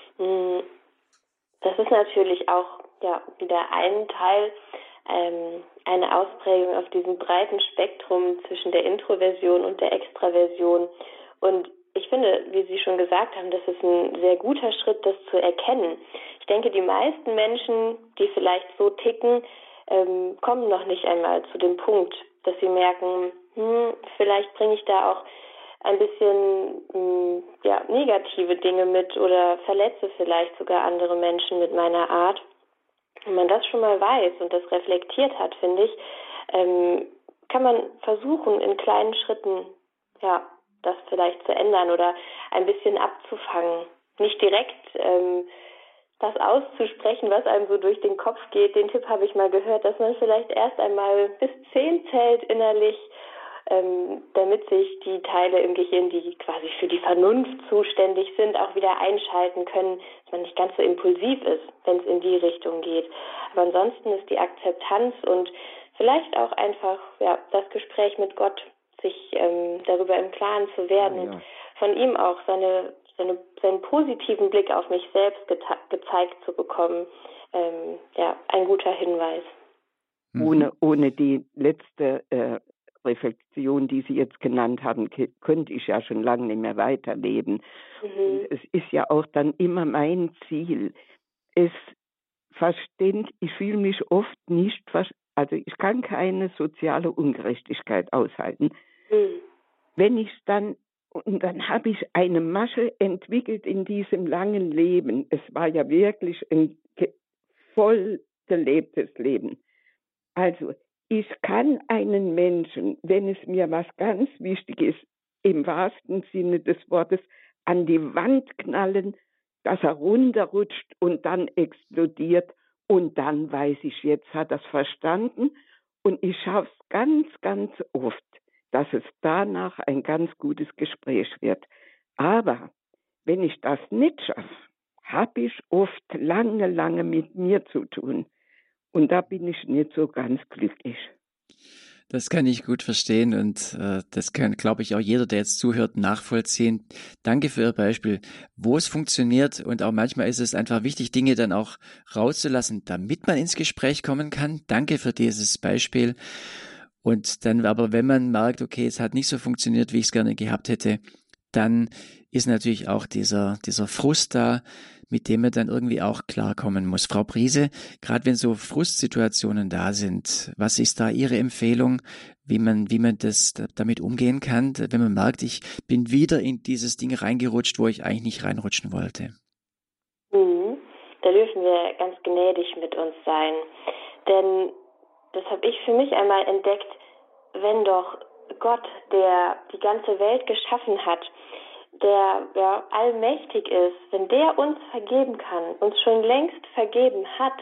Das ist natürlich auch ja wieder ein Teil, ähm, eine Ausprägung auf diesem breiten Spektrum zwischen der Introversion und der Extraversion. Und ich finde, wie Sie schon gesagt haben, das ist ein sehr guter Schritt, das zu erkennen. Ich denke, die meisten Menschen, die vielleicht so ticken, ähm, kommen noch nicht einmal zu dem Punkt, dass sie merken, hm, vielleicht bringe ich da auch ein bisschen mh, ja, negative Dinge mit oder verletze vielleicht sogar andere Menschen mit meiner Art. Wenn man das schon mal weiß und das reflektiert hat, finde ich, ähm, kann man versuchen, in kleinen Schritten ja, das vielleicht zu ändern oder ein bisschen abzufangen. Nicht direkt ähm, das auszusprechen, was einem so durch den Kopf geht. Den Tipp habe ich mal gehört, dass man vielleicht erst einmal bis zehn zählt innerlich, ähm, damit sich die Teile im Gehirn, die quasi für die Vernunft zuständig sind, auch wieder einschalten können, dass man nicht ganz so impulsiv ist, wenn es in die Richtung geht. Aber ansonsten ist die Akzeptanz und vielleicht auch einfach ja, das Gespräch mit Gott, sich ähm, darüber im Klaren zu werden Ja, ja. und von ihm auch seine, seine, seinen positiven Blick auf mich selbst geta- gezeigt zu bekommen, ähm, ja, ein guter Hinweis. Ohne, ohne die letzte äh, Reflexion, die Sie jetzt genannt haben, k- könnte ich ja schon lange nicht mehr weiterleben. Mhm. Und es ist ja auch dann immer mein Ziel. Es verstehen, ich fühle mich oft nicht, ver- also ich kann keine soziale Ungerechtigkeit aushalten. Mhm. Wenn ich dann, und dann habe ich eine Masche entwickelt in diesem langen Leben. Es war ja wirklich ein ge- voll gelebtes Leben. Also, ich kann einen Menschen, wenn es mir was ganz wichtig ist, im wahrsten Sinne des Wortes, an die Wand knallen, dass er runterrutscht und dann explodiert. Und dann weiß ich, jetzt hat er es verstanden. Und ich schaffe es ganz, ganz oft, dass es danach ein ganz gutes Gespräch wird. Aber wenn ich das nicht schaffe, habe ich oft lange, lange mit mir zu tun. Und da bin ich nicht so ganz glücklich. Das kann ich gut verstehen und äh, das kann, glaube ich, auch jeder, der jetzt zuhört, nachvollziehen. Danke für Ihr Beispiel, wo es funktioniert, und auch manchmal ist es einfach wichtig, Dinge dann auch rauszulassen, damit man ins Gespräch kommen kann. Danke für dieses Beispiel. Und dann aber, wenn man merkt, okay, es hat nicht so funktioniert, wie ich es gerne gehabt hätte, dann ist natürlich auch dieser, dieser Frust da, mit dem man dann irgendwie auch klarkommen muss. Frau Priese, gerade wenn so Frustsituationen da sind, was ist da Ihre Empfehlung, wie man, wie man das damit umgehen kann, wenn man merkt, ich bin wieder in dieses Ding reingerutscht, wo ich eigentlich nicht reinrutschen wollte? Mhm. Da dürfen wir ganz gnädig mit uns sein. Denn das habe ich für mich einmal entdeckt, wenn doch Gott, der die ganze Welt geschaffen hat, der ja allmächtig ist, wenn der uns vergeben kann, uns schon längst vergeben hat,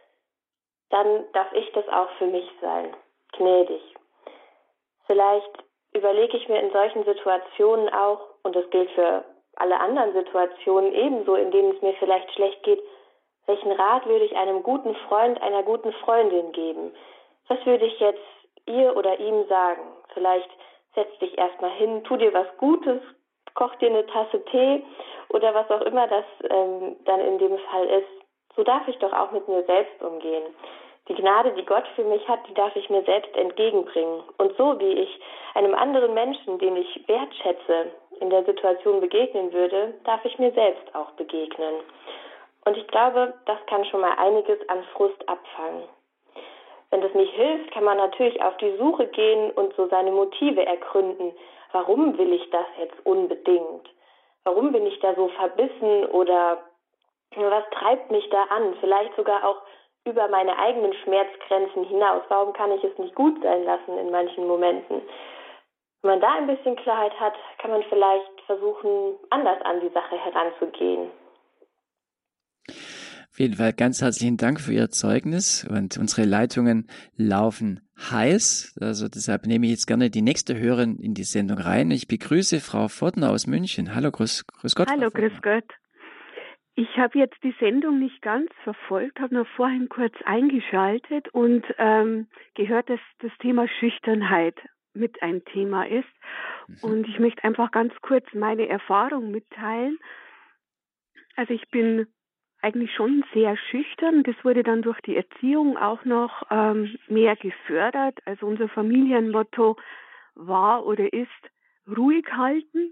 dann darf ich das auch für mich sein, gnädig. Vielleicht überlege ich mir in solchen Situationen auch, und das gilt für alle anderen Situationen ebenso, in denen es mir vielleicht schlecht geht, welchen Rat würde ich einem guten Freund, einer guten Freundin geben? Was würde ich jetzt ihr oder ihm sagen? Vielleicht setz dich erstmal hin, tu dir was Gutes, koch dir eine Tasse Tee oder was auch immer das ähm, dann in dem Fall ist. So darf ich doch auch mit mir selbst umgehen. Die Gnade, die Gott für mich hat, die darf ich mir selbst entgegenbringen. Und so wie ich einem anderen Menschen, den ich wertschätze, in der Situation begegnen würde, darf ich mir selbst auch begegnen. Und ich glaube, das kann schon mal einiges an Frust abfangen. Wenn das nicht hilft, kann man natürlich auf die Suche gehen und so seine Motive ergründen. Warum will ich das jetzt unbedingt? Warum bin ich da so verbissen oder was treibt mich da an? Vielleicht sogar auch über meine eigenen Schmerzgrenzen hinaus. Warum kann ich es nicht gut sein lassen in manchen Momenten? Wenn man da ein bisschen Klarheit hat, kann man vielleicht versuchen, anders an die Sache heranzugehen. Auf jeden Fall ganz herzlichen Dank für Ihr Zeugnis, und unsere Leitungen laufen heiß. Also deshalb nehme ich jetzt gerne die nächste Hörerin in die Sendung rein. Ich begrüße Frau Fortner aus München. Hallo, grüß, grüß Gott. Hallo, grüß Gott. Ich habe jetzt die Sendung nicht ganz verfolgt, habe nur vorhin kurz eingeschaltet und ähm, gehört, dass das Thema Schüchternheit mit ein Thema ist. Mhm. Und ich möchte einfach ganz kurz meine Erfahrung mitteilen. Also ich bin eigentlich schon sehr schüchtern. Das wurde dann durch die Erziehung auch noch ähm, mehr gefördert. Also unser Familienmotto war oder ist ruhig halten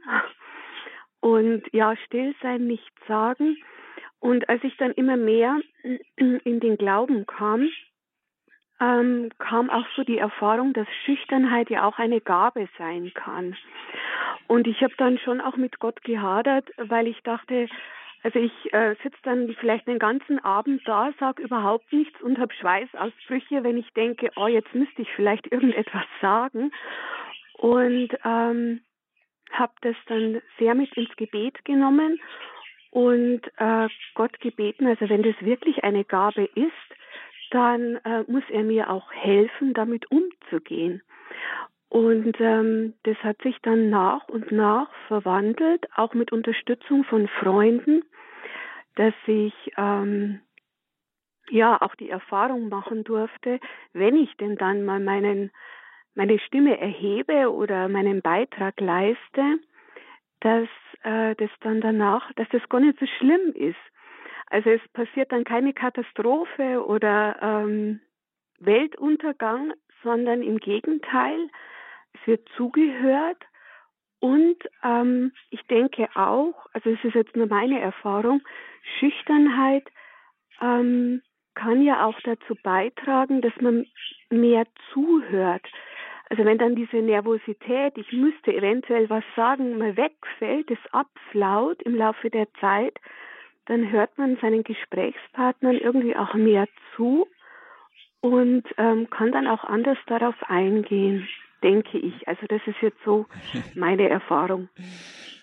und ja, still sein, nichts sagen. Und als ich dann immer mehr in den Glauben kam, ähm, kam auch so die Erfahrung, dass Schüchternheit ja auch eine Gabe sein kann. Und ich habe dann schon auch mit Gott gehadert, weil ich dachte, also ich äh, sitze dann vielleicht den ganzen Abend da, sage überhaupt nichts und habe Schweißausbrüche, wenn ich denke, oh, jetzt müsste ich vielleicht irgendetwas sagen. Und ähm, habe das dann sehr mit ins Gebet genommen und äh, Gott gebeten, also wenn das wirklich eine Gabe ist, dann äh, muss er mir auch helfen, damit umzugehen. Und ähm, das hat sich dann nach und nach verwandelt, auch mit Unterstützung von Freunden, dass ich ähm, ja auch die Erfahrung machen durfte, wenn ich denn dann mal meinen, meine Stimme erhebe oder meinen Beitrag leiste, dass äh, das dann danach, dass das gar nicht so schlimm ist. Also es passiert dann keine Katastrophe oder ähm, Weltuntergang, sondern im Gegenteil, es wird zugehört und ähm, ich denke auch, also es ist jetzt nur meine Erfahrung, Schüchternheit ähm, kann ja auch dazu beitragen, dass man mehr zuhört. Also wenn dann diese Nervosität, ich müsste eventuell was sagen, mal wegfällt, das abflaut im Laufe der Zeit, dann hört man seinen Gesprächspartnern irgendwie auch mehr zu und ähm, kann dann auch anders darauf eingehen, denke ich. Also das ist jetzt so meine Erfahrung.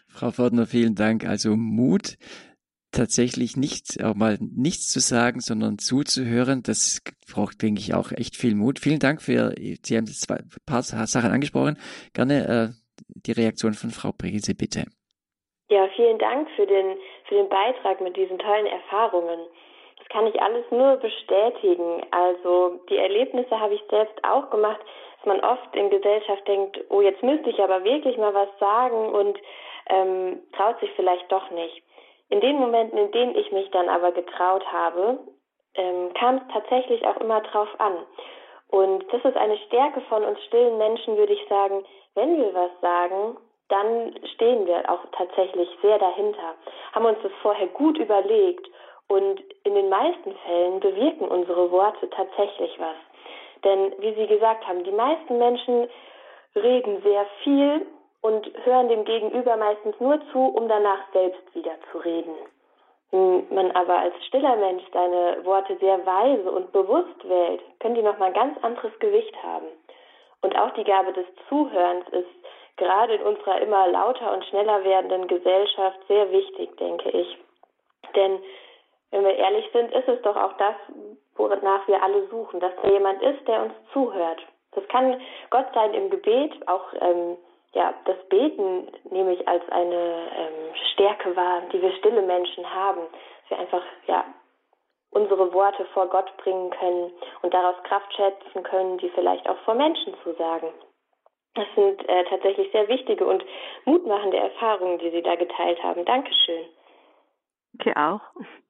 Frau Pförtner, vielen Dank. Also Mut, tatsächlich nicht, auch mal nichts zu sagen, sondern zuzuhören, das braucht, denke ich, auch echt viel Mut. Vielen Dank für, Sie haben jetzt ein paar Sachen angesprochen. Gerne äh, die Reaktion von Frau Brise, bitte. Ja, vielen Dank für den, für den Beitrag mit diesen tollen Erfahrungen. Das kann ich alles nur bestätigen. Also die Erlebnisse habe ich selbst auch gemacht, dass man oft in Gesellschaft denkt, oh, jetzt müsste ich aber wirklich mal was sagen und ähm, traut sich vielleicht doch nicht. In den Momenten, in denen ich mich dann aber getraut habe, ähm, kam es tatsächlich auch immer drauf an. Und das ist eine Stärke von uns stillen Menschen, würde ich sagen, wenn wir was sagen, dann stehen wir auch tatsächlich sehr dahinter, haben uns das vorher gut überlegt und in den meisten Fällen bewirken unsere Worte tatsächlich was. Denn wie Sie gesagt haben, die meisten Menschen reden sehr viel und hören dem Gegenüber meistens nur zu, um danach selbst wieder zu reden. Wenn man aber als stiller Mensch seine Worte sehr weise und bewusst wählt, können die nochmal ein ganz anderes Gewicht haben. Und auch die Gabe des Zuhörens ist gerade in unserer immer lauter und schneller werdenden Gesellschaft sehr wichtig, denke ich. Denn wenn wir ehrlich sind, ist es doch auch das, wonach wir alle suchen, dass da jemand ist, der uns zuhört. Das kann Gott sein im Gebet, auch ähm, ja, das Beten nehme ich als eine ähm, Stärke wahr, die wir stille Menschen haben, dass wir einfach ja unsere Worte vor Gott bringen können und daraus Kraft schöpfen können, die vielleicht auch vor Menschen zu sagen. Das sind äh, tatsächlich sehr wichtige und mutmachende Erfahrungen, die Sie da geteilt haben. Dankeschön. Danke auch.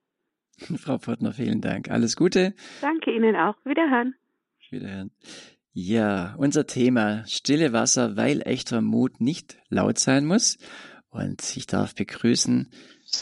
Frau Pförtner, vielen Dank. Alles Gute. Danke Ihnen auch. Wiederhören. Wiederhören. Ja, unser Thema stille Wasser, weil echter Mut nicht laut sein muss. Und ich darf begrüßen,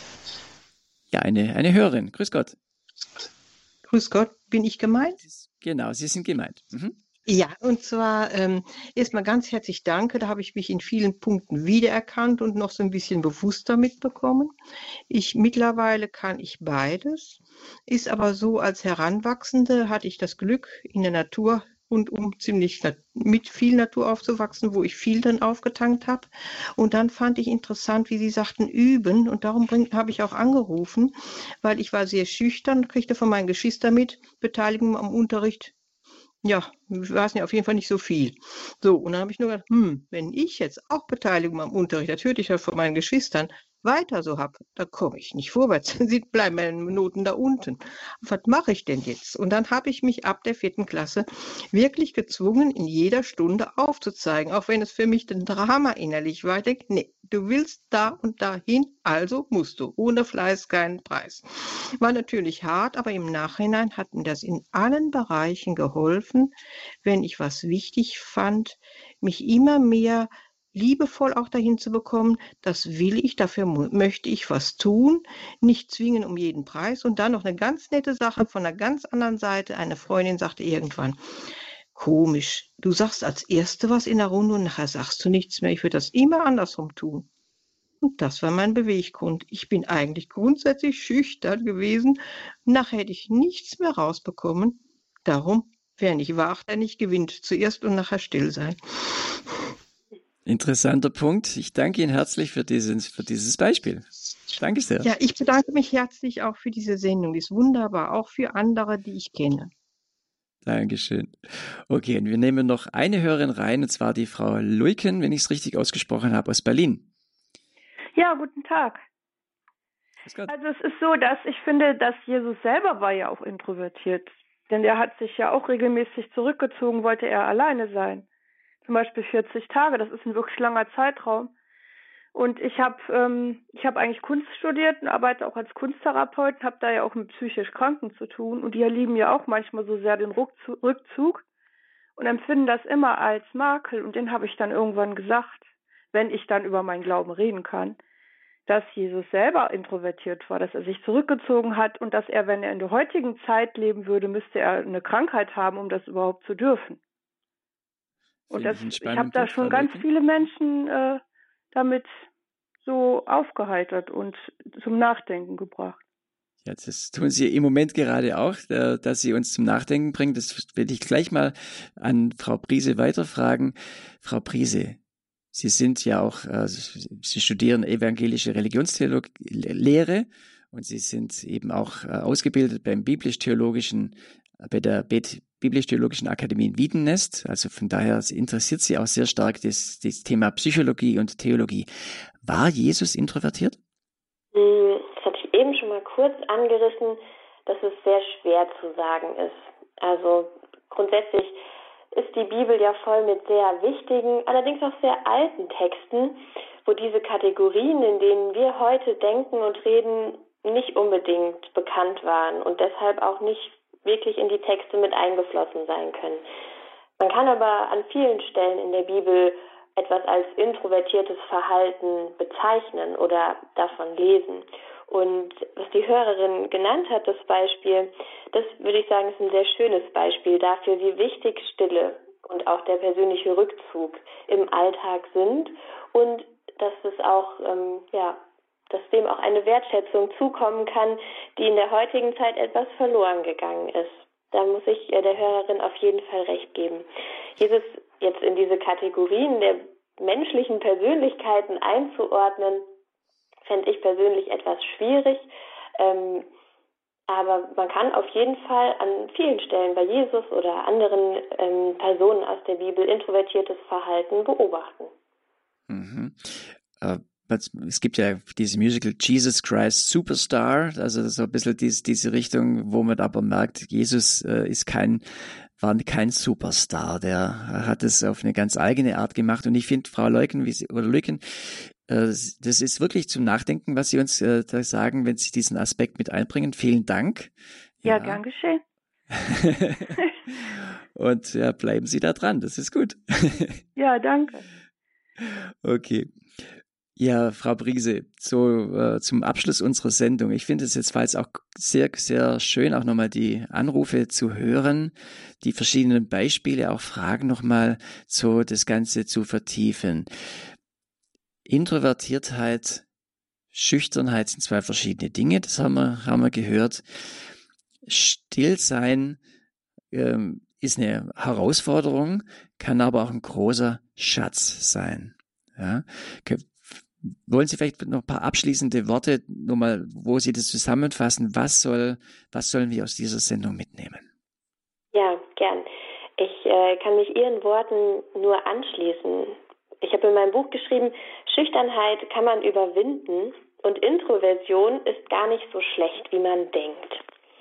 ja, eine, eine Hörerin. Grüß Gott. Grüß Gott, bin ich gemeint? Genau, Sie sind gemeint. Mhm. Ja, und zwar ähm, erstmal ganz herzlich danke, da habe ich mich in vielen Punkten wiedererkannt und noch so ein bisschen bewusster mitbekommen. Ich mittlerweile kann ich beides, ist aber so, als Heranwachsende hatte ich das Glück, in der Natur rundum ziemlich mit viel Natur aufzuwachsen, wo ich viel dann aufgetankt habe. Und dann fand ich interessant, wie Sie sagten, üben. Und darum habe ich auch angerufen, weil ich war sehr schüchtern, kriegte von meinen Geschwistern mit, Beteiligung am Unterricht. Ja, ich weiß nicht, auf jeden Fall nicht so viel. So, und dann habe ich nur gedacht, hm, wenn ich jetzt auch Beteiligung am Unterricht, natürlich ja von meinen Geschwistern, weiter so habe, da komme ich nicht vorwärts. Sie bleiben meine Noten da unten. Was mache ich denn jetzt? Und dann habe ich mich ab der vierten Klasse wirklich gezwungen, in jeder Stunde aufzuzeigen, auch wenn es für mich ein Drama innerlich war. Ich denke, nee, du willst da und dahin, also musst du. Ohne Fleiß keinen Preis. War natürlich hart, aber im Nachhinein hat mir das in allen Bereichen geholfen, wenn ich was wichtig fand, mich immer mehr liebevoll auch dahin zu bekommen, das will ich, dafür möchte ich was tun, nicht zwingen um jeden Preis. Und dann noch eine ganz nette Sache von einer ganz anderen Seite. Eine Freundin sagte irgendwann, komisch, du sagst als Erste was in der Runde und nachher sagst du nichts mehr. Ich würde das immer andersrum tun. Und das war mein Beweggrund. Ich bin eigentlich grundsätzlich schüchtern gewesen. Nachher hätte ich nichts mehr rausbekommen. Darum, wer nicht wagt, der nicht gewinnt. Zuerst und nachher still sein. Interessanter Punkt. Ich danke Ihnen herzlich für dieses, für dieses Beispiel. Danke sehr. Ja, ich bedanke mich herzlich auch für diese Sendung. Die ist wunderbar, auch für andere, die ich kenne. Dankeschön. Okay, und wir nehmen noch eine Hörerin rein, und zwar die Frau Luiken, wenn ich es richtig ausgesprochen habe, aus Berlin. Ja, guten Tag. Also es ist so, dass ich finde, dass Jesus selber war ja auch introvertiert. Denn er hat sich ja auch regelmäßig zurückgezogen, wollte er alleine sein. Zum Beispiel vierzig Tage, das ist ein wirklich langer Zeitraum. Und ich habe ähm, ich habe eigentlich Kunst studiert und arbeite auch als Kunsttherapeut, habe da ja auch mit psychisch Kranken zu tun. Und die erleben ja auch manchmal so sehr den Rückzug und empfinden das immer als Makel. Und den habe ich dann irgendwann gesagt, wenn ich dann über meinen Glauben reden kann, dass Jesus selber introvertiert war, dass er sich zurückgezogen hat und dass er, wenn er in der heutigen Zeit leben würde, müsste er eine Krankheit haben, um das überhaupt zu dürfen. Und das, ich habe da schon ganz viele Menschen äh, damit so aufgeheitert und zum Nachdenken gebracht. Ja, das tun Sie im Moment gerade auch, dass Sie uns zum Nachdenken bringen. Das will ich gleich mal an Frau Brise weiterfragen. Frau Brise, Sie sind ja auch, äh, Sie studieren evangelische Religionslehre und Sie sind eben auch äh, ausgebildet beim biblisch-theologischen, bei der biblisch-theologischen Akademie in Wiedenest. Also von daher interessiert Sie auch sehr stark das, das Thema Psychologie und Theologie. War Jesus introvertiert? Das hatte ich eben schon mal kurz angerissen, dass es sehr schwer zu sagen ist. Also grundsätzlich ist die Bibel ja voll mit sehr wichtigen, allerdings auch sehr alten Texten, wo diese Kategorien, in denen wir heute denken und reden, nicht unbedingt bekannt waren und deshalb auch nicht wirklich in die Texte mit eingeflossen sein können. Man kann aber an vielen Stellen in der Bibel etwas als introvertiertes Verhalten bezeichnen oder davon lesen. Und was die Hörerin genannt hat, das Beispiel, das würde ich sagen, ist ein sehr schönes Beispiel dafür, wie wichtig Stille und auch der persönliche Rückzug im Alltag sind und dass es auch, ähm, ja, dass dem auch eine Wertschätzung zukommen kann, die in der heutigen Zeit etwas verloren gegangen ist. Da muss ich äh, der Hörerin auf jeden Fall recht geben. Jesus jetzt in diese Kategorien der menschlichen Persönlichkeiten einzuordnen, fände ich persönlich etwas schwierig. Ähm, aber man kann auf jeden Fall an vielen Stellen bei Jesus oder anderen ähm, Personen aus der Bibel introvertiertes Verhalten beobachten. Mhm. Äh, es gibt ja dieses Musical Jesus Christ Superstar, also so ein bisschen dies, diese Richtung, wo man aber merkt, Jesus äh, ist kein war kein Superstar, der hat es auf eine ganz eigene Art gemacht und ich finde, Frau Leuken, wie Sie, oder Leuken, äh, das ist wirklich zum Nachdenken, was Sie uns äh, da sagen, wenn Sie diesen Aspekt mit einbringen. Vielen Dank. Ja, ja, gern geschehen. Und ja, bleiben Sie da dran, das ist gut. Ja, danke. Okay. Ja, Frau Briese, so äh, zum Abschluss unserer Sendung. Ich finde es jetzt war jetzt auch sehr, sehr schön, auch nochmal die Anrufe zu hören, die verschiedenen Beispiele, auch Fragen nochmal so das Ganze zu vertiefen. Introvertiertheit, Schüchternheit sind zwei verschiedene Dinge, das haben wir, haben wir gehört. Stillsein ähm, ist eine Herausforderung, kann aber auch ein großer Schatz sein. Ja. Wollen Sie vielleicht noch ein paar abschließende Worte, nur mal, wo Sie das zusammenfassen? Was soll, was sollen wir aus dieser Sendung mitnehmen? Ja, gern. Ich äh, kann mich Ihren Worten nur anschließen. Ich habe in meinem Buch geschrieben, Schüchternheit kann man überwinden und Introversion ist gar nicht so schlecht, wie man denkt.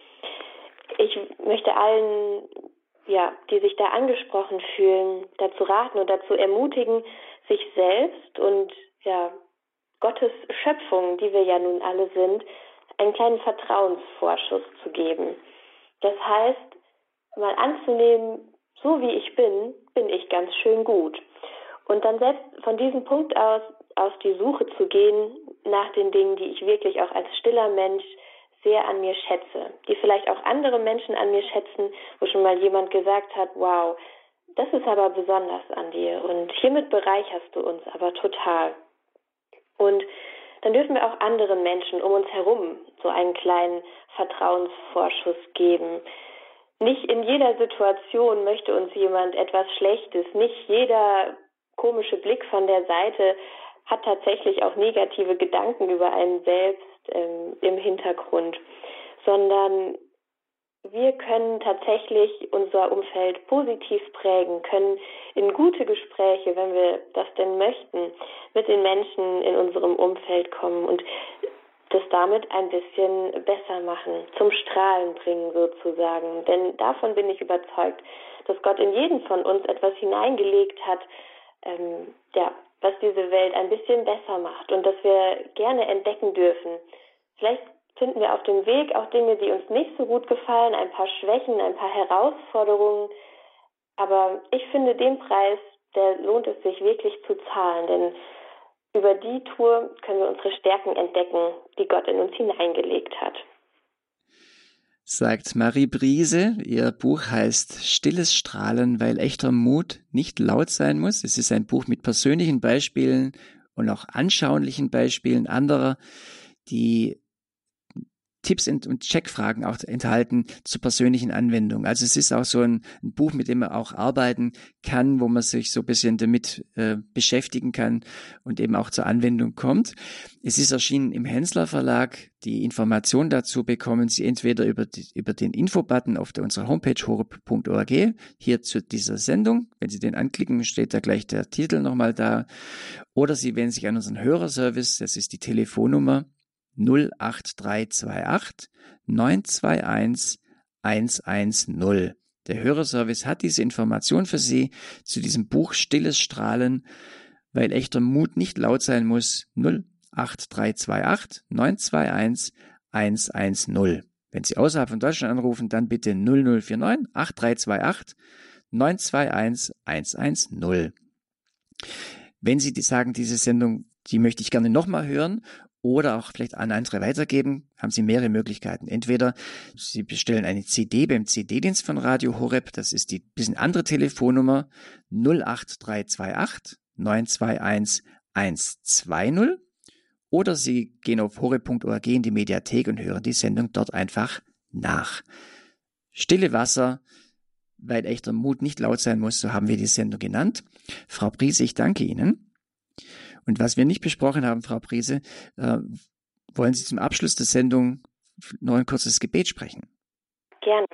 Ich möchte allen, ja, die sich da angesprochen fühlen, dazu raten und dazu ermutigen, sich selbst und ja, Gottes Schöpfung, die wir ja nun alle sind, einen kleinen Vertrauensvorschuss zu geben. Das heißt, mal anzunehmen, so wie ich bin, bin ich ganz schön gut. Und dann selbst von diesem Punkt aus auf die Suche zu gehen nach den Dingen, die ich wirklich auch als stiller Mensch sehr an mir schätze, die vielleicht auch andere Menschen an mir schätzen, wo schon mal jemand gesagt hat, wow, das ist aber besonders an dir und hiermit bereicherst du uns aber total. Und dann dürfen wir auch anderen Menschen um uns herum so einen kleinen Vertrauensvorschuss geben. Nicht in jeder Situation möchte uns jemand etwas Schlechtes. Nicht jeder komische Blick von der Seite hat tatsächlich auch negative Gedanken über einen selbst ähm, im Hintergrund, sondern wir können tatsächlich unser Umfeld positiv prägen, können in gute Gespräche, wenn wir das denn möchten, mit den Menschen in unserem Umfeld kommen und das damit ein bisschen besser machen, zum Strahlen bringen sozusagen. Denn davon bin ich überzeugt, dass Gott in jeden von uns etwas hineingelegt hat, ähm, ja, was diese Welt ein bisschen besser macht und dass wir gerne entdecken dürfen. Vielleicht finden wir auf dem Weg auch Dinge, die uns nicht so gut gefallen, ein paar Schwächen, ein paar Herausforderungen. Aber ich finde, den Preis, der lohnt es sich wirklich zu zahlen, denn über die Tour können wir unsere Stärken entdecken, die Gott in uns hineingelegt hat. Sagt Marie Briese. Ihr Buch heißt Stilles Strahlen, weil echter Mut nicht laut sein muss. Es ist ein Buch mit persönlichen Beispielen und auch anschaulichen Beispielen anderer, die Tipps und Checkfragen auch enthalten zur persönlichen Anwendung. Also es ist auch so ein, ein Buch, mit dem man auch arbeiten kann, wo man sich so ein bisschen damit äh, beschäftigen kann und eben auch zur Anwendung kommt. Es ist erschienen im Hensler Verlag. Die Informationen dazu bekommen Sie entweder über, die, über den Infobutton auf der, unserer Homepage horeb punkt org, hier zu dieser Sendung. Wenn Sie den anklicken, steht da gleich der Titel nochmal da. Oder Sie wenden sich an unseren Hörerservice, das ist die Telefonnummer null acht drei zwei acht neun zwei eins eins eins null. Der Hörerservice hat diese Information für Sie zu diesem Buch Stilles Strahlen, weil echter Mut nicht laut sein muss. null acht drei zwei acht neun zwei eins eins eins null. Wenn Sie außerhalb von Deutschland anrufen, dann bitte null null vier neun acht drei zwei acht neun zwei eins eins eins null. Wenn Sie die sagen, diese Sendung, die möchte ich gerne nochmal hören oder auch vielleicht an andere weitergeben, haben Sie mehrere Möglichkeiten. Entweder Sie bestellen eine C D beim C D-Dienst von Radio Horeb, das ist die bisschen andere Telefonnummer null acht drei zwei acht neun zwei eins eins zwei null, oder Sie gehen auf horeb punkt org in die Mediathek und hören die Sendung dort einfach nach. Stille Wasser, weil echter Mut nicht laut sein muss, so haben wir die Sendung genannt. Frau Priese, ich danke Ihnen. Und was wir nicht besprochen haben, Frau Priese, äh, wollen Sie zum Abschluss der Sendung noch ein kurzes Gebet sprechen? Gerne.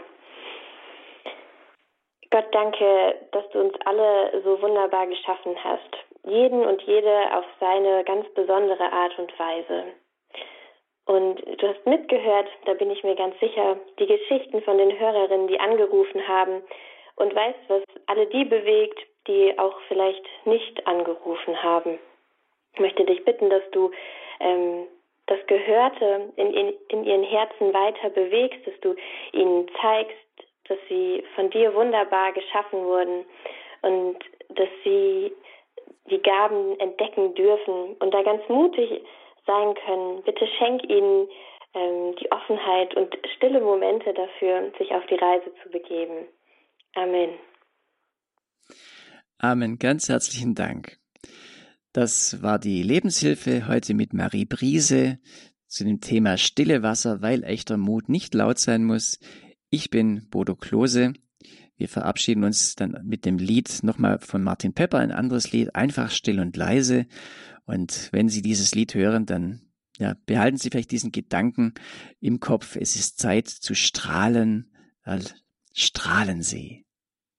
Gott, danke, dass du uns alle so wunderbar geschaffen hast. Jeden und jede auf seine ganz besondere Art und Weise. Und du hast mitgehört, da bin ich mir ganz sicher, die Geschichten von den Hörerinnen, die angerufen haben, und weißt, was alle die bewegt, die auch vielleicht nicht angerufen haben. Ich möchte dich bitten, dass du ähm, das Gehörte in, in, in ihren Herzen weiter bewegst, dass du ihnen zeigst, dass sie von dir wunderbar geschaffen wurden und dass sie die Gaben entdecken dürfen und da ganz mutig sein können. Bitte schenk ihnen ähm, die Offenheit und stille Momente dafür, sich auf die Reise zu begeben. Amen. Amen. Ganz herzlichen Dank. Das war die Lebenshilfe heute mit Marie Briese zu dem Thema Stille Wasser, weil echter Mut nicht laut sein muss. Ich bin Bodo Klose. Wir verabschieden uns dann mit dem Lied nochmal von Martin Pepper, ein anderes Lied, einfach still und leise. Und wenn Sie dieses Lied hören, dann ja, behalten Sie vielleicht diesen Gedanken im Kopf. Es ist Zeit zu strahlen. Strahlen Sie.